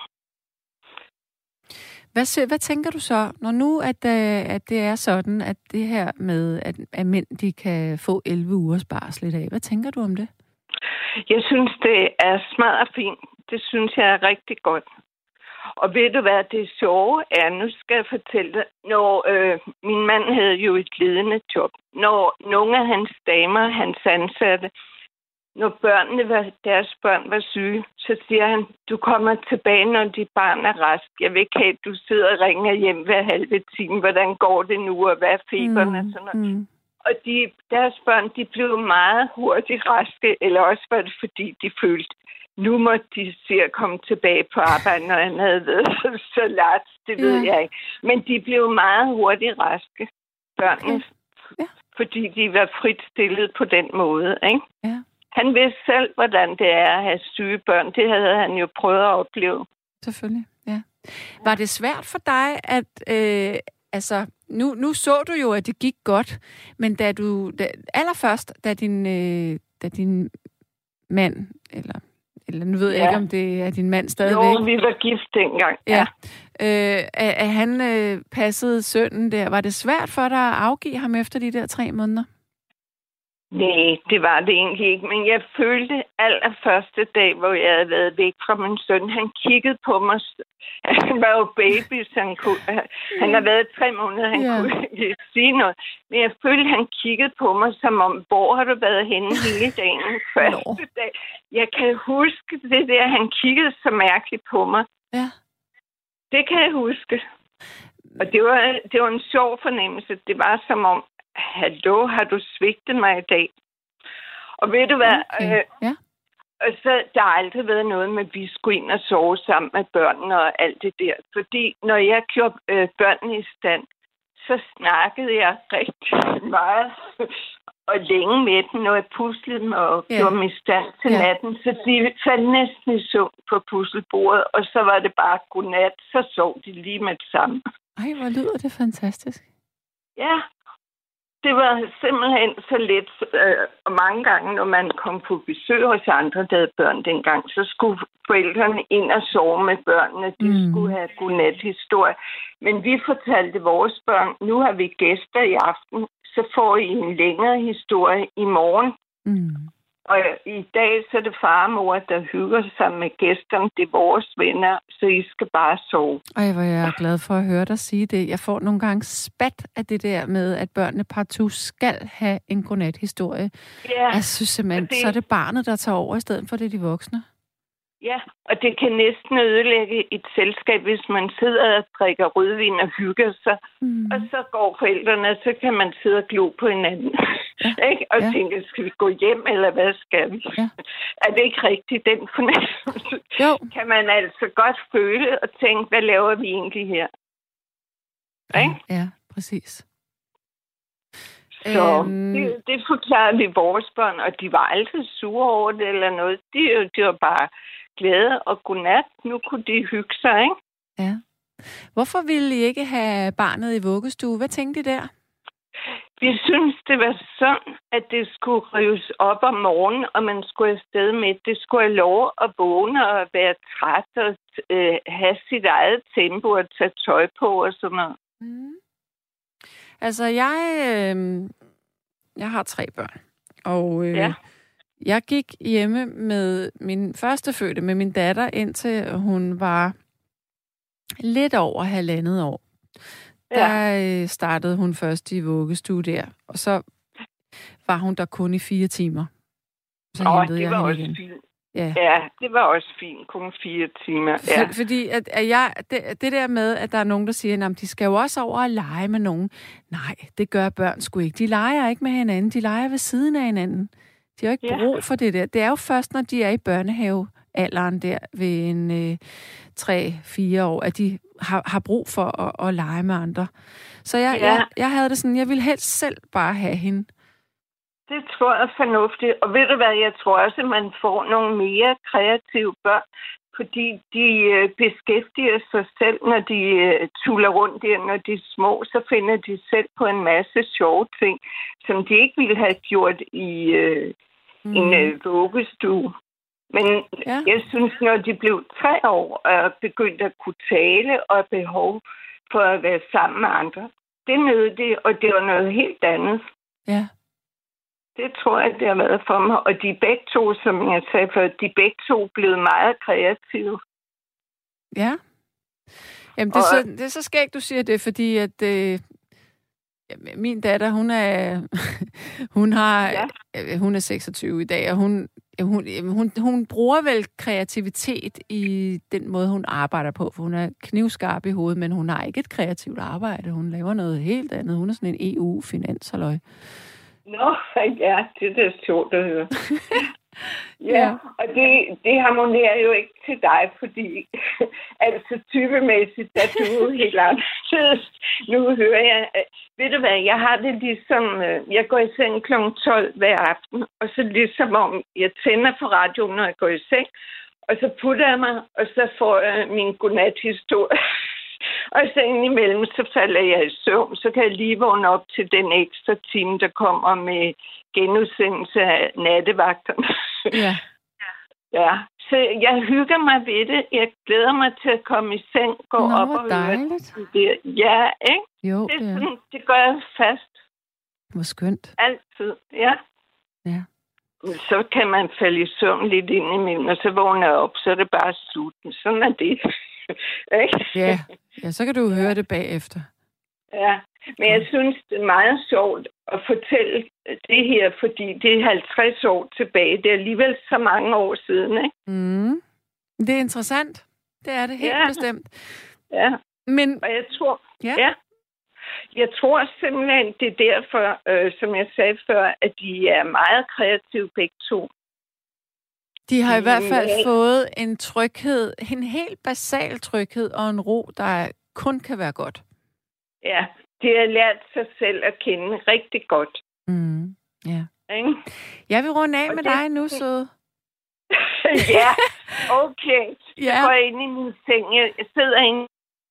Speaker 2: Hvad, hvad tænker du så, når nu at, at det er sådan, at det her med, at, at mænd de kan få elleve ugers barsel i dag, hvad tænker du om det?
Speaker 5: Jeg synes, det er smart og fint. Det synes jeg er rigtig godt. Og ved du hvad, det sjove er, nu skal jeg fortælle dig, når øh, min mand havde jo et ledende job. Når nogle af hans damer, hans ansatte, når børnene var, deres børn var syge, så siger han, du kommer tilbage, når dit barn er rask. Jeg vil ikke have, at du sidder og ringer hjem hver halve time. Hvordan går det nu, og hvad er feberen mm, og sådan noget. Mm. Og de, deres børn, de blev meget hurtigt raske, eller også var det, fordi de følte, nu må de se at komme tilbage på arbejde, når han havde været så, så lart. Det ved yeah. jeg ikke. Men de blev meget hurtigt raske, børnene, okay. yeah. fordi de var frit stillet på den måde, ikke?
Speaker 2: Yeah.
Speaker 5: Han vidste selv, hvordan det er at have syge børn. Det havde han jo prøvet at opleve.
Speaker 2: Selvfølgelig, ja. Var det svært for dig, at... Øh, altså, nu, nu så du jo, at det gik godt, men da du... Da, allerførst, da din, øh, da din mand, eller... Eller nu ved jeg ja. ikke, om det er din mand stadigvæk.
Speaker 5: Jo, vi var gift dengang.
Speaker 2: Ja. ja. Øh, at, at han øh, passede sønnen der. Var det svært for dig at afgive ham efter de der tre måneder?
Speaker 5: Nej, det var det egentlig ikke. Men jeg følte allerførste dag, hvor jeg havde været væk fra min søn, han kiggede på mig. Han var jo baby, så han kunne... Han har været tre måneder, han yeah. kunne ikke sige noget. Men jeg følte, han kiggede på mig, som om, hvor har du været henne hele dagen første no. dag? Jeg kan huske det der, han kiggede så mærkeligt på mig.
Speaker 2: Ja.
Speaker 5: Det kan jeg huske. Og det var, det var en sjov fornemmelse. Det var som om, hallo, har du svigtet mig i dag? Og ved du hvad?
Speaker 2: Okay. Øh, ja.
Speaker 5: Og så der har aldrig været noget med, at vi skulle ind og sove sammen med børnene og alt det der. Fordi når jeg gjorde øh, børnene i stand, så snakkede jeg rigtig meget og længe med dem, når jeg puslede dem og yeah. gjorde dem i stand til yeah. natten. Så de faldt næsten i søvn på puslebordet, og så var det bare godnat. Så sov de lige med det samme.
Speaker 2: Ej, hvor lyder det fantastisk.
Speaker 5: Ja, det var simpelthen så let. Øh, og mange gange, når man kom på besøg hos andre, der havde børn dengang, så skulle forældrene ind og sove med børnene. De mm. skulle have godnat-historie. Men vi fortalte vores børn, nu har vi gæster i aften, så får I en længere historie i morgen. Mm. Og i dag så er det far og mor, der hygger sig med gæsterne. Det er vores venner, så I skal bare sove.
Speaker 2: Ej, hvor jeg er glad for at høre dig sige det. Jeg får nogle gange spat af det der med, at børnene partout skal have en godnat-historie. Ja, jeg synes simpelthen, det... så er det barnet, der tager over, i stedet for det de voksne.
Speaker 5: Ja, og det kan næsten ødelægge et selskab, hvis man sidder og drikker rødvin og hygger sig. Mm. Og så går forældrene, og så kan man sidde og glo på hinanden. Ja. Ikke? Og ja. tænke, skal vi gå hjem, eller hvad skal vi? Ja. Er det ikke rigtigt, den fornemmelse? Jo. Kan man altså godt føle og tænke, hvad laver vi egentlig her?
Speaker 2: Ja, ja, præcis.
Speaker 5: Så
Speaker 2: Øhm,
Speaker 5: det, det forklarede vi vores børn, og de var altid sure over det eller noget. De, de var bare glade og godnat. Nu kunne de hygge sig, ikke?
Speaker 2: Ja. Hvorfor ville I ikke have barnet i vuggestue? Hvad tænkte I der?
Speaker 5: Vi synes, det var sådan, at det skulle rives op om morgenen, og man skulle afsted med. Det skulle have lov at vågne og være træt og øh, have sit eget tempo og tage tøj på og sådan noget.
Speaker 2: Mm. Altså, jeg, øh, jeg har tre børn, og øh,
Speaker 5: Ja.
Speaker 2: jeg gik hjemme med min førstefødte, med min datter, indtil hun var lidt over halvandet år.
Speaker 5: Ja.
Speaker 2: Der øh, startede hun først i vuggestue der, og så var hun der kun i fire timer. Så
Speaker 5: Åh,
Speaker 2: hentede
Speaker 5: det
Speaker 2: jeg
Speaker 5: var
Speaker 2: hende
Speaker 5: også
Speaker 2: igen.
Speaker 5: fint.
Speaker 2: Ja.
Speaker 5: Ja, det var også fint. Kun fire timer.
Speaker 2: For,
Speaker 5: Ja.
Speaker 2: fordi at, at jeg, det, det der med, at der er nogen, der siger, at de skal jo også over og lege med nogen. Nej, det gør børn sgu ikke. De leger ikke med hinanden. De leger ved siden af hinanden. De har jo ikke
Speaker 5: Ja.
Speaker 2: brug for det der. Det er jo først, når de er i børnehavealderen der ved en øh, tre fire år, at de har, har brug for at, at lege med andre. Så jeg,
Speaker 5: Ja.
Speaker 2: jeg, jeg havde det sådan, jeg ville helst selv bare have hende.
Speaker 5: Det tror jeg er fornuftigt. Og ved du hvad, jeg tror også, at man får nogle mere kreative børn, fordi de øh, beskæftiger sig selv, når de øh, tuller rundt der, når de er små, så finder de selv på en masse sjove ting, som de ikke ville have gjort i øh, mm. en øh, vuggestue. Men
Speaker 2: Ja.
Speaker 5: jeg synes, når de blev tre år og begyndte at kunne tale og behov for at være sammen med andre, det nød det, og det var noget helt andet.
Speaker 2: Ja.
Speaker 5: Det tror jeg, det har været for mig. Og de begge to, som jeg sagde før, de begge to blevet meget kreative.
Speaker 2: Ja. Jamen, det er, så, det er så skægt, du siger det, fordi at øh, min datter, hun er hun har ja. hun er seksogtyve i dag, og hun hun, hun hun bruger vel kreativitet i den måde, hun arbejder på, for hun er knivskarp i hovedet, men hun har ikke et kreativt arbejde. Hun laver noget helt andet. Hun er sådan en E U-finanshalløj.
Speaker 5: Nå, ja, det er da sjovt at høre. Ja,
Speaker 2: Ja.
Speaker 5: og det, det harmonerer jo ikke til dig, fordi altså typemæssigt, da du er helt anderledes. Nu hører jeg, ved du hvad, jeg har det ligesom, jeg går i seng klokken tolv hver aften, og så ligesom om jeg tænder for radioen, når jeg går i seng, og så putter jeg mig, og så får jeg min godnat-historie. Og så indimellem, så falder jeg i søvn, så kan jeg lige vågne op til den ekstra time, der kommer med genudsendelse af nattevagterne.
Speaker 2: Ja.
Speaker 5: Ja, så jeg hygger mig ved det. Jeg glæder mig til at komme i seng, gå
Speaker 2: Nå,
Speaker 5: op
Speaker 2: hvor
Speaker 5: og
Speaker 2: dejligt.
Speaker 5: høre det. Ja, ikke?
Speaker 2: Jo,
Speaker 5: Det, er
Speaker 2: det er.
Speaker 5: sådan, det gør jeg fast.
Speaker 2: Hvor skønt.
Speaker 5: Altid, ja.
Speaker 2: Ja.
Speaker 5: Men så kan man falde i søvn lidt ind imellem, og så vågner jeg op, så er det bare slut. Sådan er det.
Speaker 2: Ja. Ja, så kan du høre det bagefter.
Speaker 5: Ja, men jeg synes, det er meget sjovt at fortælle det her, fordi det er halvtreds år tilbage. Det er alligevel så mange år siden, ikke?
Speaker 2: Mm. Det er interessant. Det er det helt
Speaker 5: Ja.
Speaker 2: bestemt.
Speaker 5: Ja,
Speaker 2: Men
Speaker 5: og jeg tror,
Speaker 2: ja.
Speaker 5: ja, jeg tror simpelthen, det er derfor, øh, som jeg sagde før, at de er meget kreative begge to.
Speaker 2: De har i hvert fald
Speaker 5: Ja.
Speaker 2: fået en tryghed, en helt basal tryghed og en ro, der kun kan være godt.
Speaker 5: Ja, de har lært sig selv at kende rigtig godt.
Speaker 2: Mm. Ja.
Speaker 5: Ikke?
Speaker 2: Jeg vil runde af
Speaker 5: Og
Speaker 2: med
Speaker 5: det-
Speaker 2: dig nu, søde.
Speaker 5: Ja, okay. Så
Speaker 2: Ja.
Speaker 5: går jeg ind i min seng. Jeg sidder inde.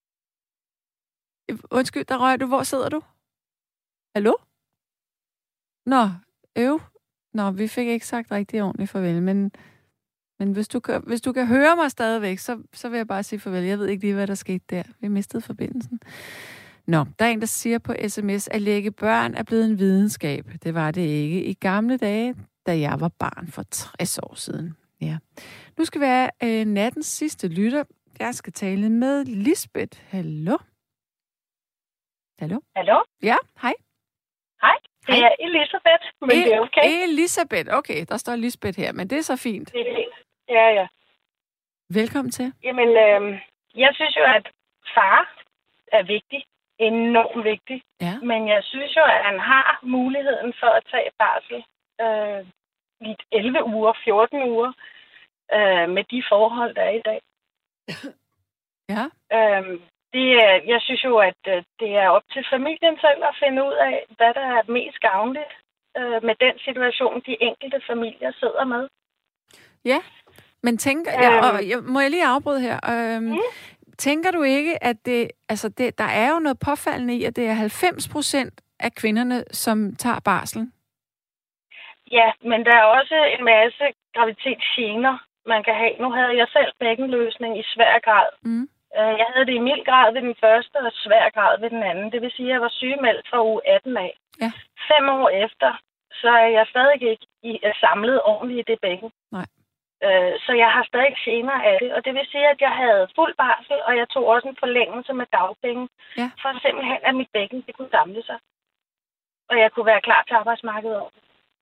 Speaker 2: Undskyld, der røg du. Hvor sidder du? Hallo? Nå, øv. Nå, vi fik ikke sagt rigtig ordentligt farvel, men, men hvis, du kan, hvis du kan høre mig stadigvæk, så, så vil jeg bare sige farvel. Jeg ved ikke lige, hvad der skete der. Vi mistede forbindelsen. Nå, der er en, der siger på sms, at lægge børn er blevet en videnskab. Det var det ikke i gamle dage, da jeg var barn for tres år siden. Ja. Nu skal vi have øh, nattens sidste lytter. Jeg skal tale med Lisbeth. Hallo? Hallo?
Speaker 6: Hallo?
Speaker 2: Ja, hej.
Speaker 6: Hej, det
Speaker 2: Hej.
Speaker 6: er Elisabeth, men det er okay.
Speaker 2: Elisabeth, okay, der står Lisbeth her, men det er så fint.
Speaker 6: Det er fint. Ja, ja.
Speaker 2: Velkommen til.
Speaker 6: Jamen, øh, jeg synes jo, at far er vigtig. Enormt vigtig.
Speaker 2: Ja.
Speaker 6: Men jeg synes jo, at han har muligheden for at tage barsel øh, i elleve uger, fjorten uger, øh, med de forhold, der er i dag.
Speaker 2: Ja.
Speaker 6: Øh, det er, jeg synes jo, at øh, det er op til familien selv at finde ud af, hvad der er mest gavnligt øh, med den situation, de enkelte familier sidder med.
Speaker 2: Ja, men tænker, ja, og jeg, må jeg lige afbryde her? Øhm, mm. Tænker du ikke, at det, altså det, der er jo noget påfaldende i, at det er halvfems procent af kvinderne, som tager barsel?
Speaker 6: Ja, men der er også en masse graviditetsgener, man kan have. Nu havde jeg selv bækkenløsning i svær grad. Mm. Jeg havde det i mild grad ved den første og svær grad ved den anden. Det vil sige, at jeg var sygemeldt fra uge atten af. Ja. Fem år efter, så er jeg stadig ikke i, samlet ordentligt i det bækken.
Speaker 2: Nej.
Speaker 6: Så jeg har stadig gener af det. Og det vil sige, at jeg havde fuld barsel, og jeg tog også en forlængelse med dagpenge. Ja. For simpelthen, at mit bækken det kunne samle sig. Og jeg kunne være klar til arbejdsmarkedet over.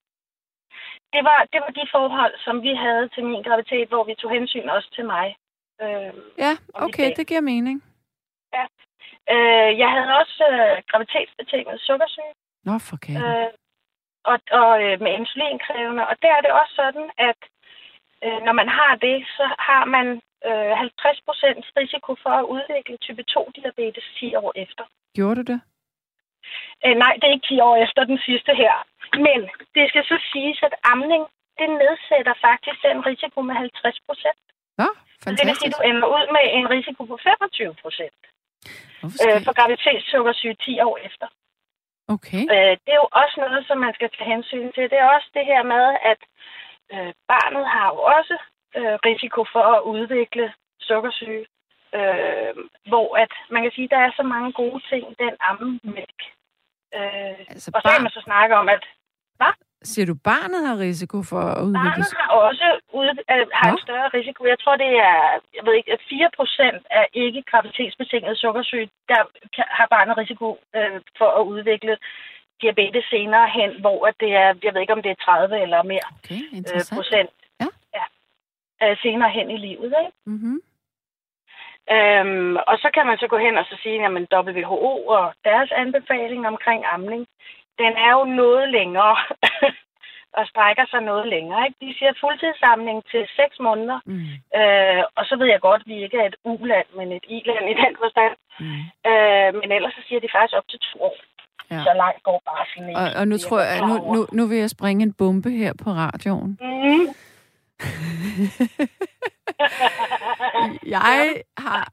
Speaker 6: Det var, det var de forhold, som vi havde til min graviditet, hvor vi tog hensyn også til mig. Øh,
Speaker 2: ja, okay, det giver mening.
Speaker 6: Ja. Øh, jeg havde også øh, graviditetsbetinget sukkersyge.
Speaker 2: Nå, for katten.
Speaker 6: Øh, og og øh, med insulinkrævende. Og der er det også sådan, at øh, når man har det, så har man øh, halvtreds procent risiko for at udvikle type to diabetes ti år efter.
Speaker 2: Gjorde du det?
Speaker 6: Øh, nej, det er ikke ti år efter den sidste her. Men det skal så siges, at amning, det nedsætter faktisk den risiko med halvtreds procent.
Speaker 2: Nå, fantastisk.
Speaker 6: Det vil sige, at du ender ud med en risiko på femogtyve procent øh, for graviditetssukkersyge ti år efter.
Speaker 2: Okay.
Speaker 6: Øh, det er jo også noget, som man skal tage hensyn til. Det er også det her med, at øh, barnet har jo også øh, risiko for at udvikle sukkersyge. Øh, hvor at man kan sige, at der er så mange gode ting i den ammemælk. Øh,
Speaker 2: altså
Speaker 6: og så kan man så snakke om, at... Hvad?
Speaker 2: Siger du, barnet har risiko for at udvikle?
Speaker 6: Barnet har også ud, øh, har en større risiko. Jeg tror, det er jeg ved ikke, fire procent af ikke graviditetsbetinget sukkersyge, der kan, har barnet risiko øh, for at udvikle diabetes senere hen, hvor det er, jeg ved ikke, om det er tredive eller mere
Speaker 2: okay,
Speaker 6: øh, procent
Speaker 2: ja.
Speaker 6: Ja, øh, senere hen i livet. Ikke?
Speaker 2: Mm-hmm.
Speaker 6: Øhm, og så kan man så gå hen og så sige, at W H O og deres anbefaling omkring amning, den er jo noget længere og strækker sig noget længere. Ikke? De siger fuldtidsamning til seks måneder. Mm. Øh, og så ved jeg godt, at vi ikke er et u-land, men et i-land i den forstand. Mm. Øh, men ellers så siger de faktisk op til to år. Ja. Så langt går barslen ikke.
Speaker 2: Og, og nu tror jeg, nu, nu, nu vil jeg springe en bombe her på radioen.
Speaker 6: Mm.
Speaker 2: jeg har...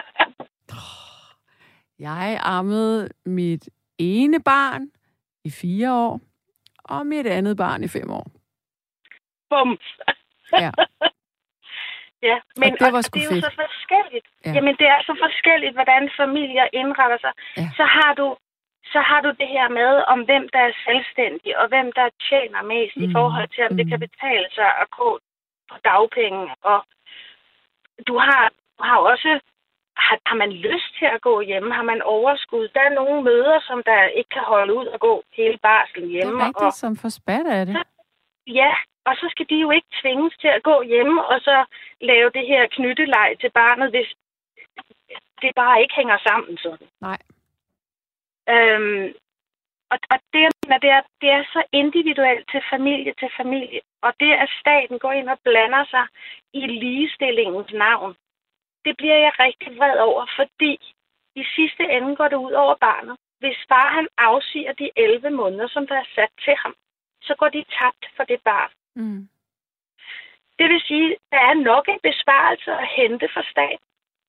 Speaker 2: Jeg ammede mit ene barn i fire år, og mit andet barn i fem år.
Speaker 6: Bum!
Speaker 2: Ja.
Speaker 6: Ja, men
Speaker 2: og det, var sgu
Speaker 6: det er
Speaker 2: fedt.
Speaker 6: jo så forskelligt.
Speaker 2: Ja.
Speaker 6: Jamen, det er så forskelligt, hvordan familier indretter sig. Ja. Så har du så har du det her med, om hvem der er selvstændig, og hvem der tjener mest mm. i forhold til, om mm. det kan betale sig at gå på dagpenge. Og du har, du har også, har, har man lyst til at gå hjemme? Har man overskud? Der er nogle mødre, som der ikke kan holde ud og gå hele barslen hjemme.
Speaker 2: Det er rigtigt, og, som for spat af det.
Speaker 6: Så, ja, og så skal de jo ikke tvinges til at gå hjemme, og så lave det her knyttelej til barnet, hvis det bare ikke hænger sammen sådan.
Speaker 2: Nej.
Speaker 6: Øhm, og, og det, det, er, det er så individuelt til familie til familie. Og det, at staten går ind og blander sig i ligestillingens navn, det bliver jeg rigtig vred over, fordi i sidste ende går det ud over barnet. Hvis far han afsiger de elleve måneder, som der er sat til ham, så går de tabt for det barn.
Speaker 2: Mm.
Speaker 6: Det vil sige, at der er nok en besparelse at hente for staten.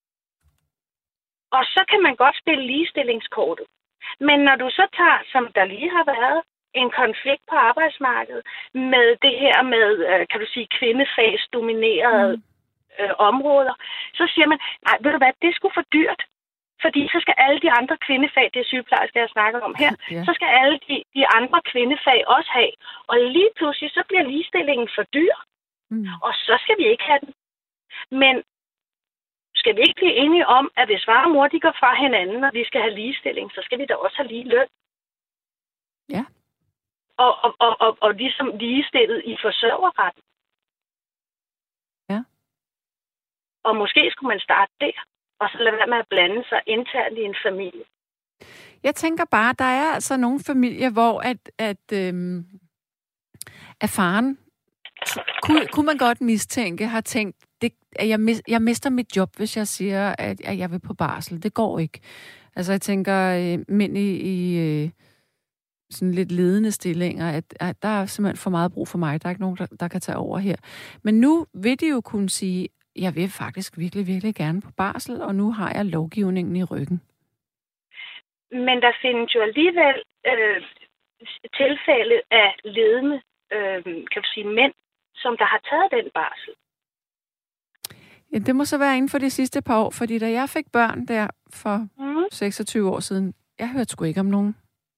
Speaker 6: Og så kan man godt spille ligestillingskortet. Men når du så tager, som der lige har været, en konflikt på arbejdsmarkedet med det her med, kan du sige, kvindefagsdominerede mm. øh, områder, så siger man, nej, ved du hvad, det er sgu for dyrt. Fordi så skal alle de andre kvindefag, det er sygeplejersker, jeg snakker om her, yeah. så skal alle de, de andre kvindefag også have. Og lige pludselig, så bliver ligestillingen for dyr. Mm. Og så skal vi ikke have den. Men skal vi ikke blive enige om, at hvis far og mor de går fra hinanden, og vi skal have ligestilling, så skal vi da også have lige løn.
Speaker 2: Ja.
Speaker 6: Og, og, og, og, og ligesom ligestillet i forsørgerretten.
Speaker 2: Ja.
Speaker 6: Og måske skulle man starte der, og så lade være med at blande sig internt i en familie.
Speaker 2: Jeg tænker bare, der er altså nogle familier, hvor at, at, øhm, at faren, kunne, kunne man godt mistænke, har tænkt, det, at jeg, mis, jeg mister mit job, hvis jeg siger, at, at jeg vil på barsel. Det går ikke. Altså, jeg tænker, øh, mænd i, i øh, sådan lidt ledende stillinger, at, at der er simpelthen for meget brug for mig. Der er ikke nogen, der, der kan tage over her. Men nu vil de jo kunne sige, jeg vil faktisk virkelig, virkelig gerne på barsel, og nu har jeg lovgivningen i ryggen.
Speaker 6: Men der findes jo alligevel øh, tilfælde af ledende, øh, kan du sige, mænd, som der har taget den barsel.
Speaker 2: Ja, det må så være inden for de sidste par år, fordi da jeg fik børn der for mm. seksogtyve år siden, jeg hørte sgu ikke om nogen.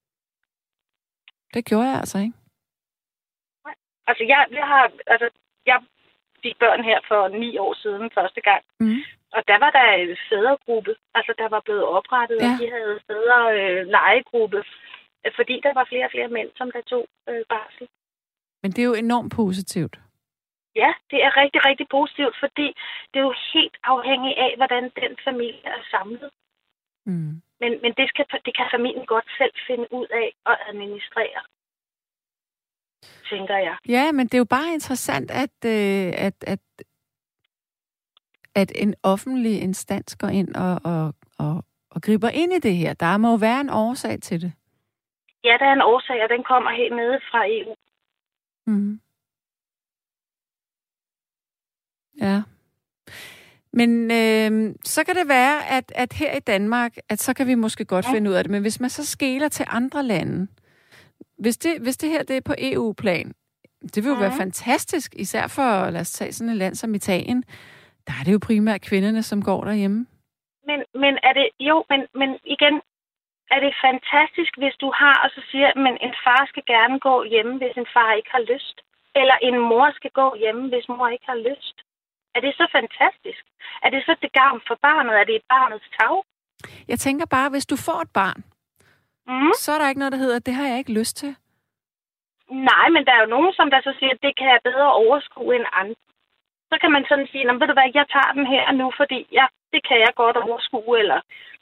Speaker 2: Det gjorde jeg altså ikke.
Speaker 6: Nej. Altså, jeg, jeg har, altså, jeg fik børn her for ni år siden første gang. Mm. Og der var der en fædregruppe, altså der var blevet oprettet, ja. Og de havde fædre øh, legegruppe, fordi der var flere og flere mænd, som der tog øh, barsel.
Speaker 2: Men det er jo enormt positivt.
Speaker 6: Ja, det er rigtig, rigtig positivt, fordi det er jo helt afhængigt af, hvordan den familie er samlet. Mm. Men, men det, skal, det kan familien godt selv finde ud af at administrere, tænker jeg.
Speaker 2: Ja, men det er jo bare interessant, at, øh, at, at, at en offentlig instans går ind og, og, og, og griber ind i det her. Der må jo være en årsag til det.
Speaker 6: Ja, der er en årsag, og den kommer helt nede fra E U.
Speaker 2: Mm. Ja. Men øh, så kan det være, at, at her i Danmark, at så kan vi måske godt ja. finde ud af det. Men hvis man så skeler til andre lande, hvis det, hvis det her det er på E U-plan, det vil jo ja. være fantastisk, især for, lad os tage sådan et land som Italien. Der er det jo primært kvinderne, som går derhjemme.
Speaker 6: Men, men er det, jo, men, men igen, er det fantastisk, hvis du har, og så siger, at en far skal gerne gå hjemme, hvis en far ikke har lyst. Eller en mor skal gå hjemme, hvis mor ikke har lyst. Er det så fantastisk? Er det så til gavn for barnet? Er det i barnets tag?
Speaker 2: Jeg tænker bare, hvis du får et barn, mm. så er der ikke noget, der hedder, det har jeg ikke lyst til.
Speaker 6: Nej, men der er jo nogen, som der så siger, at det kan jeg bedre overskue end andre. Så kan man sådan sige, ved du hvad, jeg tager den her nu, fordi ja, det kan jeg godt overskue, eller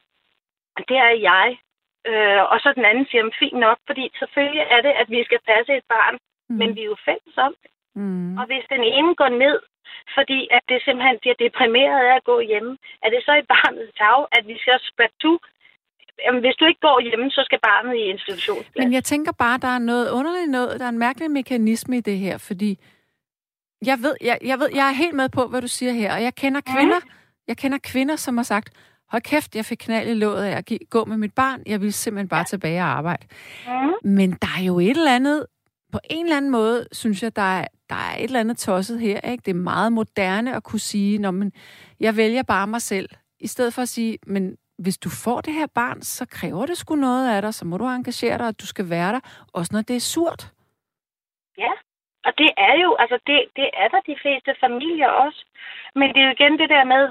Speaker 6: det er jeg. Øh, og så den anden siger, fint nok, fordi selvfølgelig er det, at vi skal passe et barn, mm. men vi er jo fælles om det. Mm. Og hvis den ene går ned, fordi at det simpelthen bliver deprimeret af at gå hjemme, er det så i barnets tag, at vi skal spatu? Jamen, hvis du ikke går hjemme, så skal barnet i institutionsplads.
Speaker 2: Men jeg tænker bare, der er noget underligt noget, der er en mærkelig mekanisme i det her, fordi jeg ved, jeg, jeg ved, jeg er helt med på, hvad du siger her, og jeg kender kvinder, mm. jeg kender kvinder, som har sagt, hold kæft, jeg fik knald i låget af at gå med mit barn, jeg vil simpelthen bare ja. tilbage og arbejde. Mm. Men der er jo et eller andet, på en eller anden måde, synes jeg, der er, der er et eller andet tosset her, ikke? Det er meget moderne at kunne sige, når man, jeg vælger bare mig selv, i stedet for at sige, men hvis du får det her barn, så kræver det sgu noget af dig, så må du engagere dig, og du skal være der, også når det er surt.
Speaker 6: Ja, og det er jo, altså det, det er der de fleste familier også. Men det er jo igen det der med,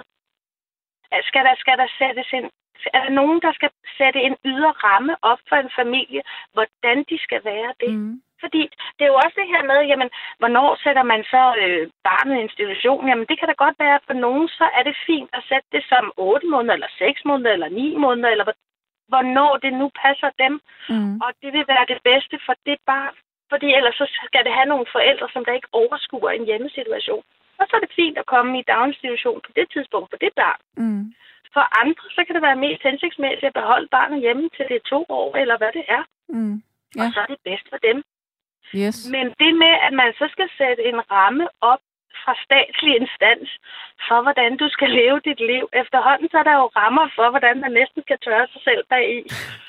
Speaker 6: at skal der, skal der sættes en, er der nogen, der skal sætte en ydre ramme op for en familie, hvordan de skal være det? Mm. Fordi det er jo også det her med, jamen, hvornår sætter man så øh, barnet i institution? Jamen, det kan da godt være, for nogen, så er det fint at sætte det som otte måneder, eller seks måneder, eller ni måneder, eller hvornår det nu passer dem. Mm. Og det vil være det bedste for det barn. Fordi ellers så skal det have nogle forældre, som der ikke overskuer en hjemmesituation. Og så er det fint at komme i daginstitution på det tidspunkt for det barn. Mm. For andre, så kan det være mest hensigtsmæssigt at beholde barnet hjemme til det er to år, eller hvad det er. Mm. Ja. Og så er det bedst for dem.
Speaker 2: Yes.
Speaker 6: Men det med, at man så skal sætte en ramme op fra statslig instans for, hvordan du skal leve dit liv. Efterhånden så er der jo rammer for, hvordan man næsten skal tørre sig selv bag i.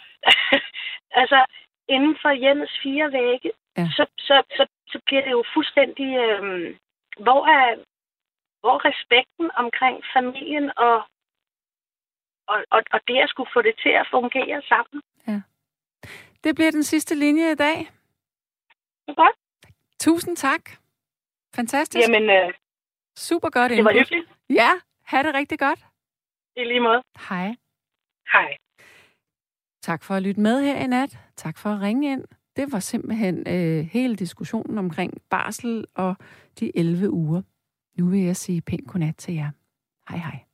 Speaker 6: Altså, inden for hjemmets fire vægge, ja. så, så, så, så bliver det jo fuldstændig... Øh, hvor, er, hvor er respekten omkring familien og, og, og, og det at skulle få det til at fungere sammen?
Speaker 2: Ja. Det bliver den sidste linje i dag.
Speaker 6: Godt.
Speaker 2: Tusind tak. Fantastisk.
Speaker 6: Jamen, øh,
Speaker 2: super godt.
Speaker 6: Det var hyggeligt.
Speaker 2: Ja, ha' det rigtig godt.
Speaker 6: I lige måde.
Speaker 2: Hej.
Speaker 6: Hej.
Speaker 2: Tak for at lytte med her i nat. Tak for at ringe ind. Det var simpelthen øh, hele diskussionen omkring barsel og de elleve uger. Nu vil jeg sige pænt godnat til jer. Hej hej.